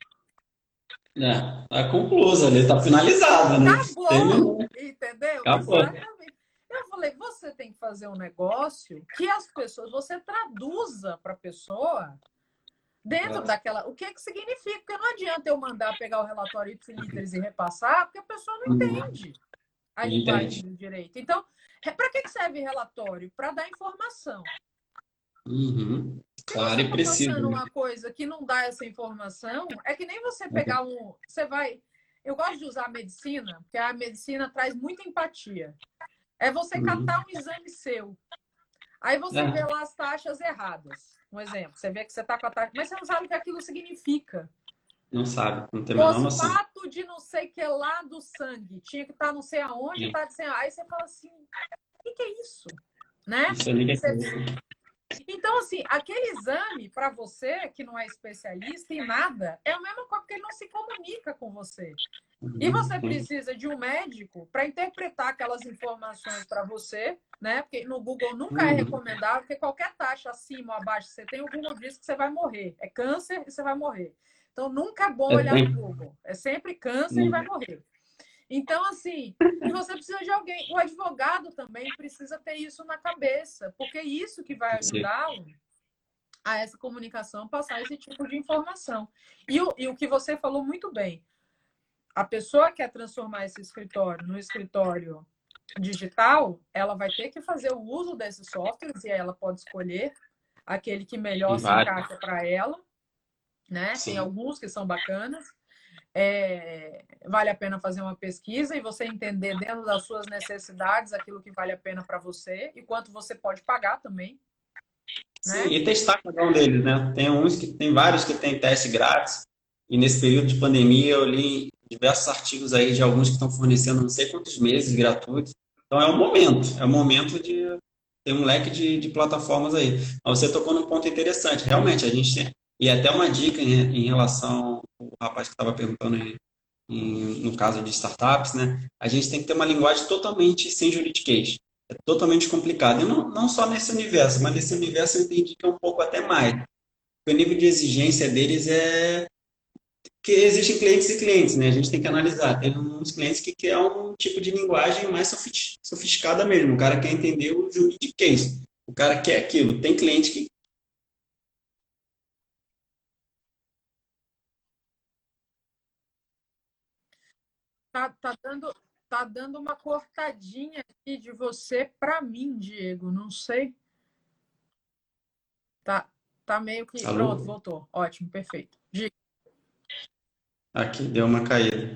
Tá conclusa ali, tá finalizada, né? Acabou, entendeu? Acabou. Exatamente. Eu falei, você tem que fazer um negócio que as pessoas, você traduza para a pessoa dentro daquela. O que significa? Porque não adianta eu mandar pegar o relatório ipsiliteris e repassar, porque a pessoa não entende a linguagem do direito. Então, para que serve relatório? Para dar informação. Claro, e Tá preciso. passando uma coisa que não dá essa informação, é que nem você pegar um. Você vai. Eu gosto de usar a medicina, porque a medicina traz muita empatia. É você catar um exame seu. Aí você vê lá as taxas erradas. Um exemplo, você vê que você está com a taxa, mas você não sabe o que aquilo significa. Não sabe, não tem a menor noção. Fosfato de não sei que lá do sangue. Tinha que estar não sei aonde, tá de sei. Aí você fala assim, o que é isso? Né? Isso ninguém sabe. Então, assim, aquele exame, para você, que não é especialista em nada, é a mesma coisa, porque ele não se comunica com você. E você precisa de um médico para interpretar aquelas informações para você, né? Porque no Google nunca é recomendável, porque qualquer taxa acima ou abaixo que você tem, o Google diz que você vai morrer. É câncer e você vai morrer. Então, nunca é bom olhar no Google. É sempre câncer e vai morrer. Então, assim, e você precisa de alguém. O advogado também precisa ter isso na cabeça, porque é isso que vai ajudá-lo a essa comunicação, passar esse tipo de informação. E o que você falou muito bem, a pessoa que quer transformar esse escritório no escritório digital, ela vai ter que fazer o uso desses softwares e ela pode escolher aquele que melhor se encaixa para ela, né? Sim. Tem alguns que são bacanas. Vale a pena fazer uma pesquisa e você entender dentro das suas necessidades aquilo que vale a pena para você e quanto você pode pagar também. Né? Sim, e testar cada um deles, né? Tem vários que tem teste grátis e nesse período de pandemia eu li diversos artigos aí de alguns que estão fornecendo não sei quantos meses gratuitos. Então é o momento de ter um leque de plataformas aí. Mas você tocou num ponto interessante. Realmente, a gente tem, e até uma dica em relação ao rapaz que estava perguntando no caso de startups, né? A gente tem que ter uma linguagem totalmente sem juridiquês. É totalmente complicado. E não só nesse universo, mas nesse universo eu entendi que é um pouco até mais. O nível de exigência deles é que existem clientes e clientes, né? A gente tem que analisar. Tem uns clientes que querem um tipo de linguagem mais sofisticada mesmo. O cara quer entender o juridiquês. O cara quer aquilo. Tem cliente que Tá dando uma cortadinha aqui de você para mim, Diego. Não sei. Tá meio que. Alô? Pronto, voltou. Ótimo, perfeito. Diego. Aqui deu uma caída.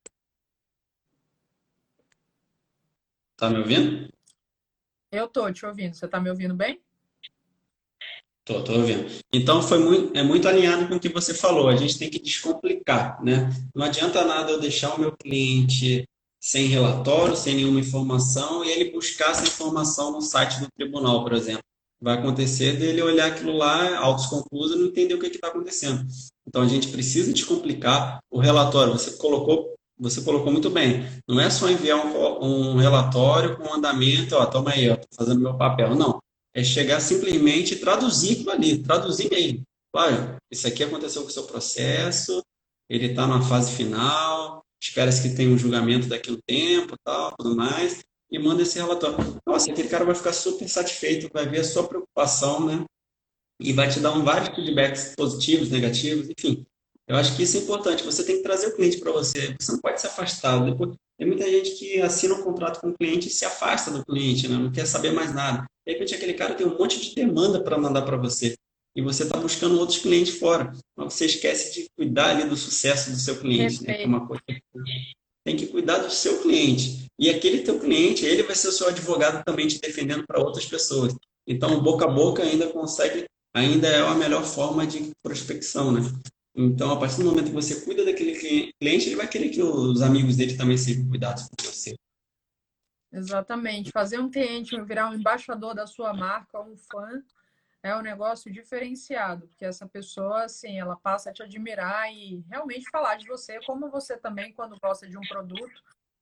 Tá me ouvindo? Eu tô te ouvindo. Você tá me ouvindo bem? Tô ouvindo. Então é muito alinhado com o que você falou. A gente tem que descomplicar, né? Não adianta nada eu deixar o meu cliente sem relatório, sem nenhuma informação, e ele buscar essa informação no site do tribunal, por exemplo. Vai acontecer dele olhar aquilo lá, autos conclusos, e não entender o que está acontecendo. Então a gente precisa descomplicar o relatório. Você colocou muito bem. Não é só enviar um relatório com um andamento, ó, toma aí, ó, tô fazendo meu papel. Não. É chegar simplesmente e traduzir aquilo ali, traduzir mesmo. Olha, isso aqui aconteceu com o seu processo, ele está na fase final, espera-se que tenha um julgamento daqui a um tempo, tal, tudo mais, e manda esse relatório. Nossa, aquele cara vai ficar super satisfeito, vai ver a sua preocupação, né? E vai te dar vários feedbacks positivos, negativos, enfim. Eu acho que isso é importante. Você tem que trazer o cliente para você. Você não pode se afastar. Depois, tem muita gente que assina um contrato com o cliente e se afasta do cliente, né? Não quer saber mais nada. De repente, aquele cara tem um monte de demanda para mandar para você. E você está buscando outros clientes fora. Mas você esquece de cuidar ali do sucesso do seu cliente, né? Que é uma coisa que tem que cuidar do seu cliente. E aquele teu cliente, ele vai ser o seu advogado também te defendendo para outras pessoas. Então, boca a boca ainda é a melhor forma de prospecção, né? Então, a partir do momento que você cuida daquele cliente, ele vai querer que os amigos dele também sejam cuidados por você. Exatamente. Fazer um cliente virar um embaixador da sua marca, um fã, é um negócio diferenciado, porque essa pessoa, assim, ela passa a te admirar e realmente falar de você, como você também, quando gosta de um produto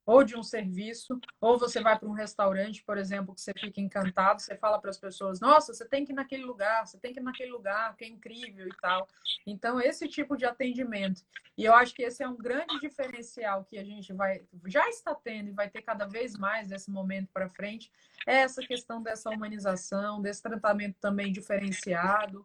ou de um serviço, ou você vai para um restaurante, por exemplo, que você fica encantado, você fala para as pessoas, nossa, você tem que ir naquele lugar, você tem que ir naquele lugar, que é incrível e tal. Então, esse tipo de atendimento. E eu acho que esse é um grande diferencial que a gente já está tendo e vai ter cada vez mais desse momento para frente, é essa questão dessa humanização, desse tratamento também diferenciado,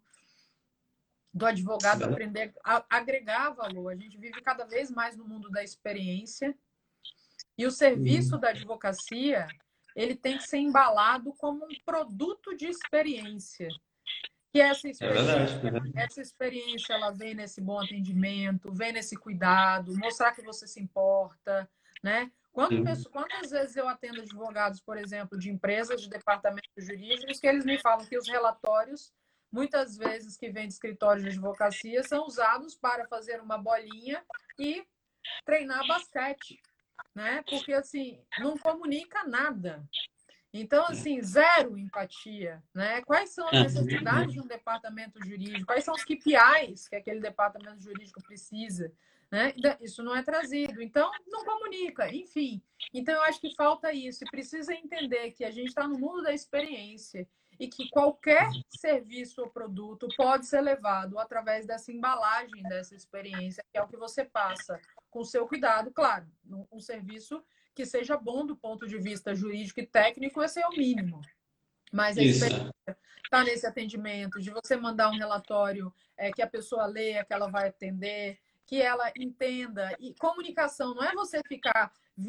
do advogado aprender a agregar valor. A gente vive cada vez mais no mundo da experiência, e o serviço da advocacia, ele tem que ser embalado como um produto de experiência. Que essa experiência ela vem nesse bom atendimento, vem nesse cuidado, mostrar que você se importa, né? Quantas vezes eu atendo advogados, por exemplo, de empresas, de departamentos jurídicos, que eles me falam que os relatórios, muitas vezes que vêm de escritórios de advocacia, são usados para fazer uma bolinha e treinar basquete, né? Porque, assim, não comunica nada. Então, assim, zero empatia, né? Quais são as necessidades de um departamento jurídico? Quais são os KPIs que aquele departamento jurídico precisa, né? Isso não é trazido. Então, não comunica, enfim. Então, eu acho que falta isso. E precisa entender que a gente está no mundo da experiência e que qualquer serviço ou produto pode ser levado através dessa embalagem dessa experiência, que é o que você passa com o seu cuidado, claro, um serviço que seja bom do ponto de vista jurídico e técnico, esse é o mínimo. Mas a experiência está nesse atendimento, de você mandar um relatório que a pessoa leia, que ela vai atender, que ela entenda. E comunicação não é você ficar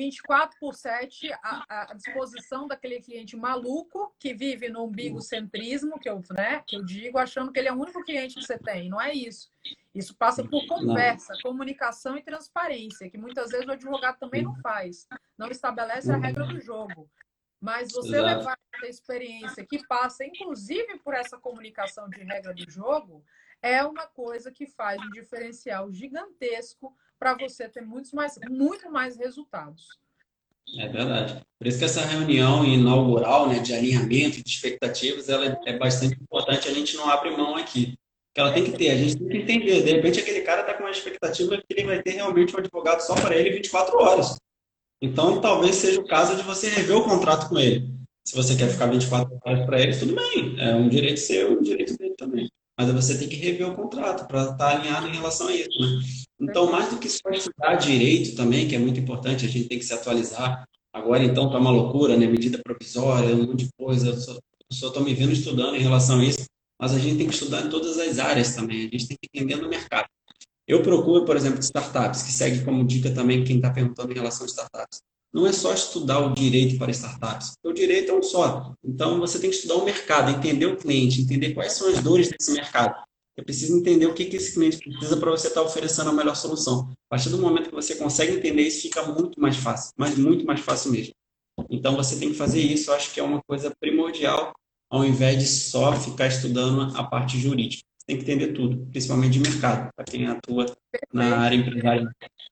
24/7 à disposição daquele cliente maluco que vive no umbigocentrismo, que eu digo, achando que ele é o único cliente que você tem. Não é isso. Isso passa por conversa, comunicação e transparência, que muitas vezes o advogado também não faz. Não estabelece a regra do jogo. Mas você levar essa experiência que passa, inclusive, por essa comunicação de regra do jogo, é uma coisa que faz um diferencial gigantesco para você ter muito mais resultados. É verdade. Por isso que essa reunião inaugural, né, de alinhamento de expectativas, ela é bastante importante. A gente não abre mão aqui. Que ela tem que ter, a gente tem que entender. De repente, aquele cara está com uma expectativa que ele vai ter realmente um advogado só para ele 24 horas. Então, talvez seja o caso de você rever o contrato com ele. Se você quer ficar 24 horas para ele, tudo bem. É um direito seu, um direito dele também. Mas você tem que rever o contrato para estar alinhado em relação a isso, né? Então, mais do que só estudar direito também, que é muito importante, a gente tem que se atualizar. Agora, então, está uma loucura, né? Medida provisória, um monte de coisa. Eu só estou me vendo estudando em relação a isso. Mas a gente tem que estudar em todas as áreas também. A gente tem que entender no mercado. Eu procuro, por exemplo, startups, que segue como dica também quem está perguntando em relação a startups. Não é só estudar o direito para startups, porque o direito é um só. Então, você tem que estudar o mercado, entender o cliente, entender quais são as dores desse mercado. Você precisa entender o que esse cliente precisa para você estar oferecendo a melhor solução. A partir do momento que você consegue entender isso, fica muito mais fácil, mas muito mais fácil mesmo. Então, você tem que fazer isso, eu acho que é uma coisa primordial, ao invés de só ficar estudando a parte jurídica. Você tem que entender tudo, principalmente de mercado, para quem atua na área empresarial.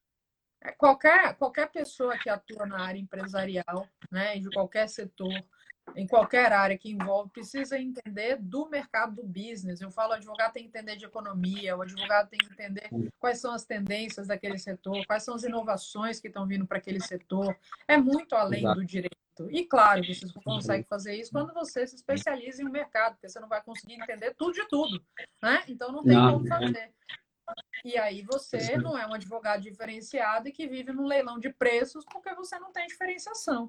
Qualquer pessoa que atua na área empresarial, né, de qualquer setor, em qualquer área que envolve, precisa entender do mercado do business. Eu falo, o advogado tem que entender de economia, o advogado tem que entender quais são as tendências daquele setor, quais são as inovações que estão vindo para aquele setor. É muito além do direito. E, claro, você consegue fazer isso quando você se especializa em um mercado, porque você não vai conseguir entender tudo de tudo, né? Então, não tem como fazer. E aí você não é um advogado diferenciado e que vive num leilão de preços porque você não tem diferenciação.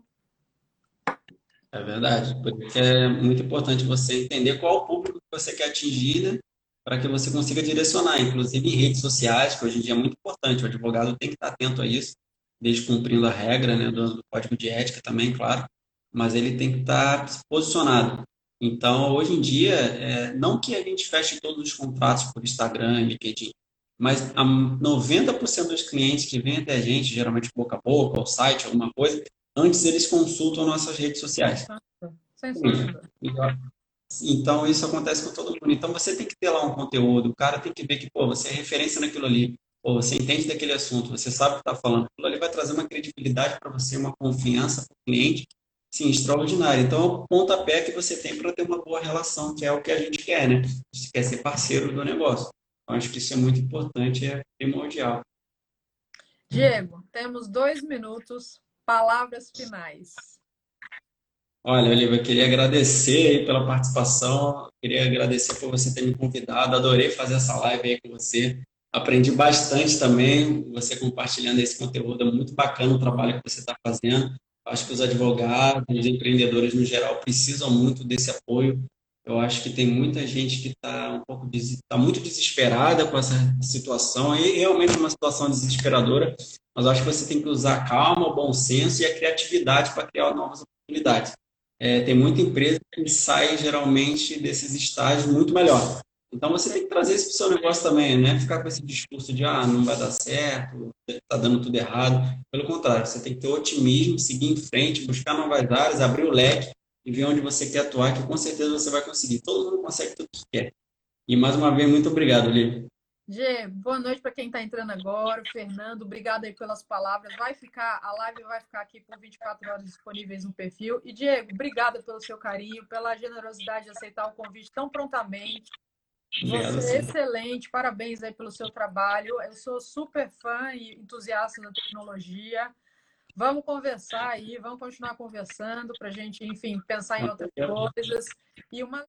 É verdade, porque é muito importante você entender qual o público que você quer atingir, né, para que você consiga direcionar, inclusive em redes sociais, que hoje em dia é muito importante, o advogado tem que estar atento a isso, desde cumprindo a regra, né, do código de ética também, claro, mas ele tem que estar posicionado. Então, hoje em dia, não que a gente feche todos os contratos por Instagram, LinkedIn, mas 90% dos clientes que vêm até a gente, geralmente boca a boca, ou site, alguma coisa, antes eles consultam nossas redes sociais. Então, isso acontece com todo mundo. Então, você tem que ter lá um conteúdo, o cara tem que ver que, você é referência naquilo ali, você entende daquele assunto, você sabe o que está falando. Aquilo ali vai trazer uma credibilidade para você, uma confiança para o cliente, sim, extraordinária. Então, é o pontapé que você tem para ter uma boa relação, que é o que a gente quer, né? A gente quer ser parceiro do negócio. Então, acho que isso é muito importante, é primordial. Diego, temos 2 minutos palavras finais. Olha, Olivia, eu queria agradecer aí pela participação, queria agradecer por você ter me convidado, adorei fazer essa live aí com você, aprendi bastante também, você compartilhando esse conteúdo, é muito bacana o trabalho que você está fazendo, acho que os advogados, os empreendedores no geral precisam muito desse apoio, eu acho que tem muita gente que está tá muito desesperada com essa situação, e realmente é uma situação desesperadora, mas eu acho que você tem que usar a calma, o bom senso e a criatividade para criar novas oportunidades. Tem muita empresa que sai geralmente desses estágios muito melhor. Então você tem que trazer isso para o seu negócio também, né? Ficar com esse discurso de não vai dar certo, está dando tudo errado. Pelo contrário, você tem que ter otimismo, seguir em frente, buscar novas áreas, abrir o leque e ver onde você quer atuar, que com certeza você vai conseguir. Todo mundo consegue tudo que quer. E mais uma vez, muito obrigado, Lívia. Gê, boa noite para quem está entrando agora. O Fernando, obrigado aí pelas palavras. A live vai ficar aqui por 24 horas disponíveis no perfil. E Diego, obrigada pelo seu carinho, pela generosidade de aceitar o convite tão prontamente. Obrigado, Você é sim. excelente, parabéns aí pelo seu trabalho. Eu sou super fã e entusiasta da tecnologia. Vamos conversar aí, vamos continuar conversando para a gente, enfim, pensar em outras coisas. E uma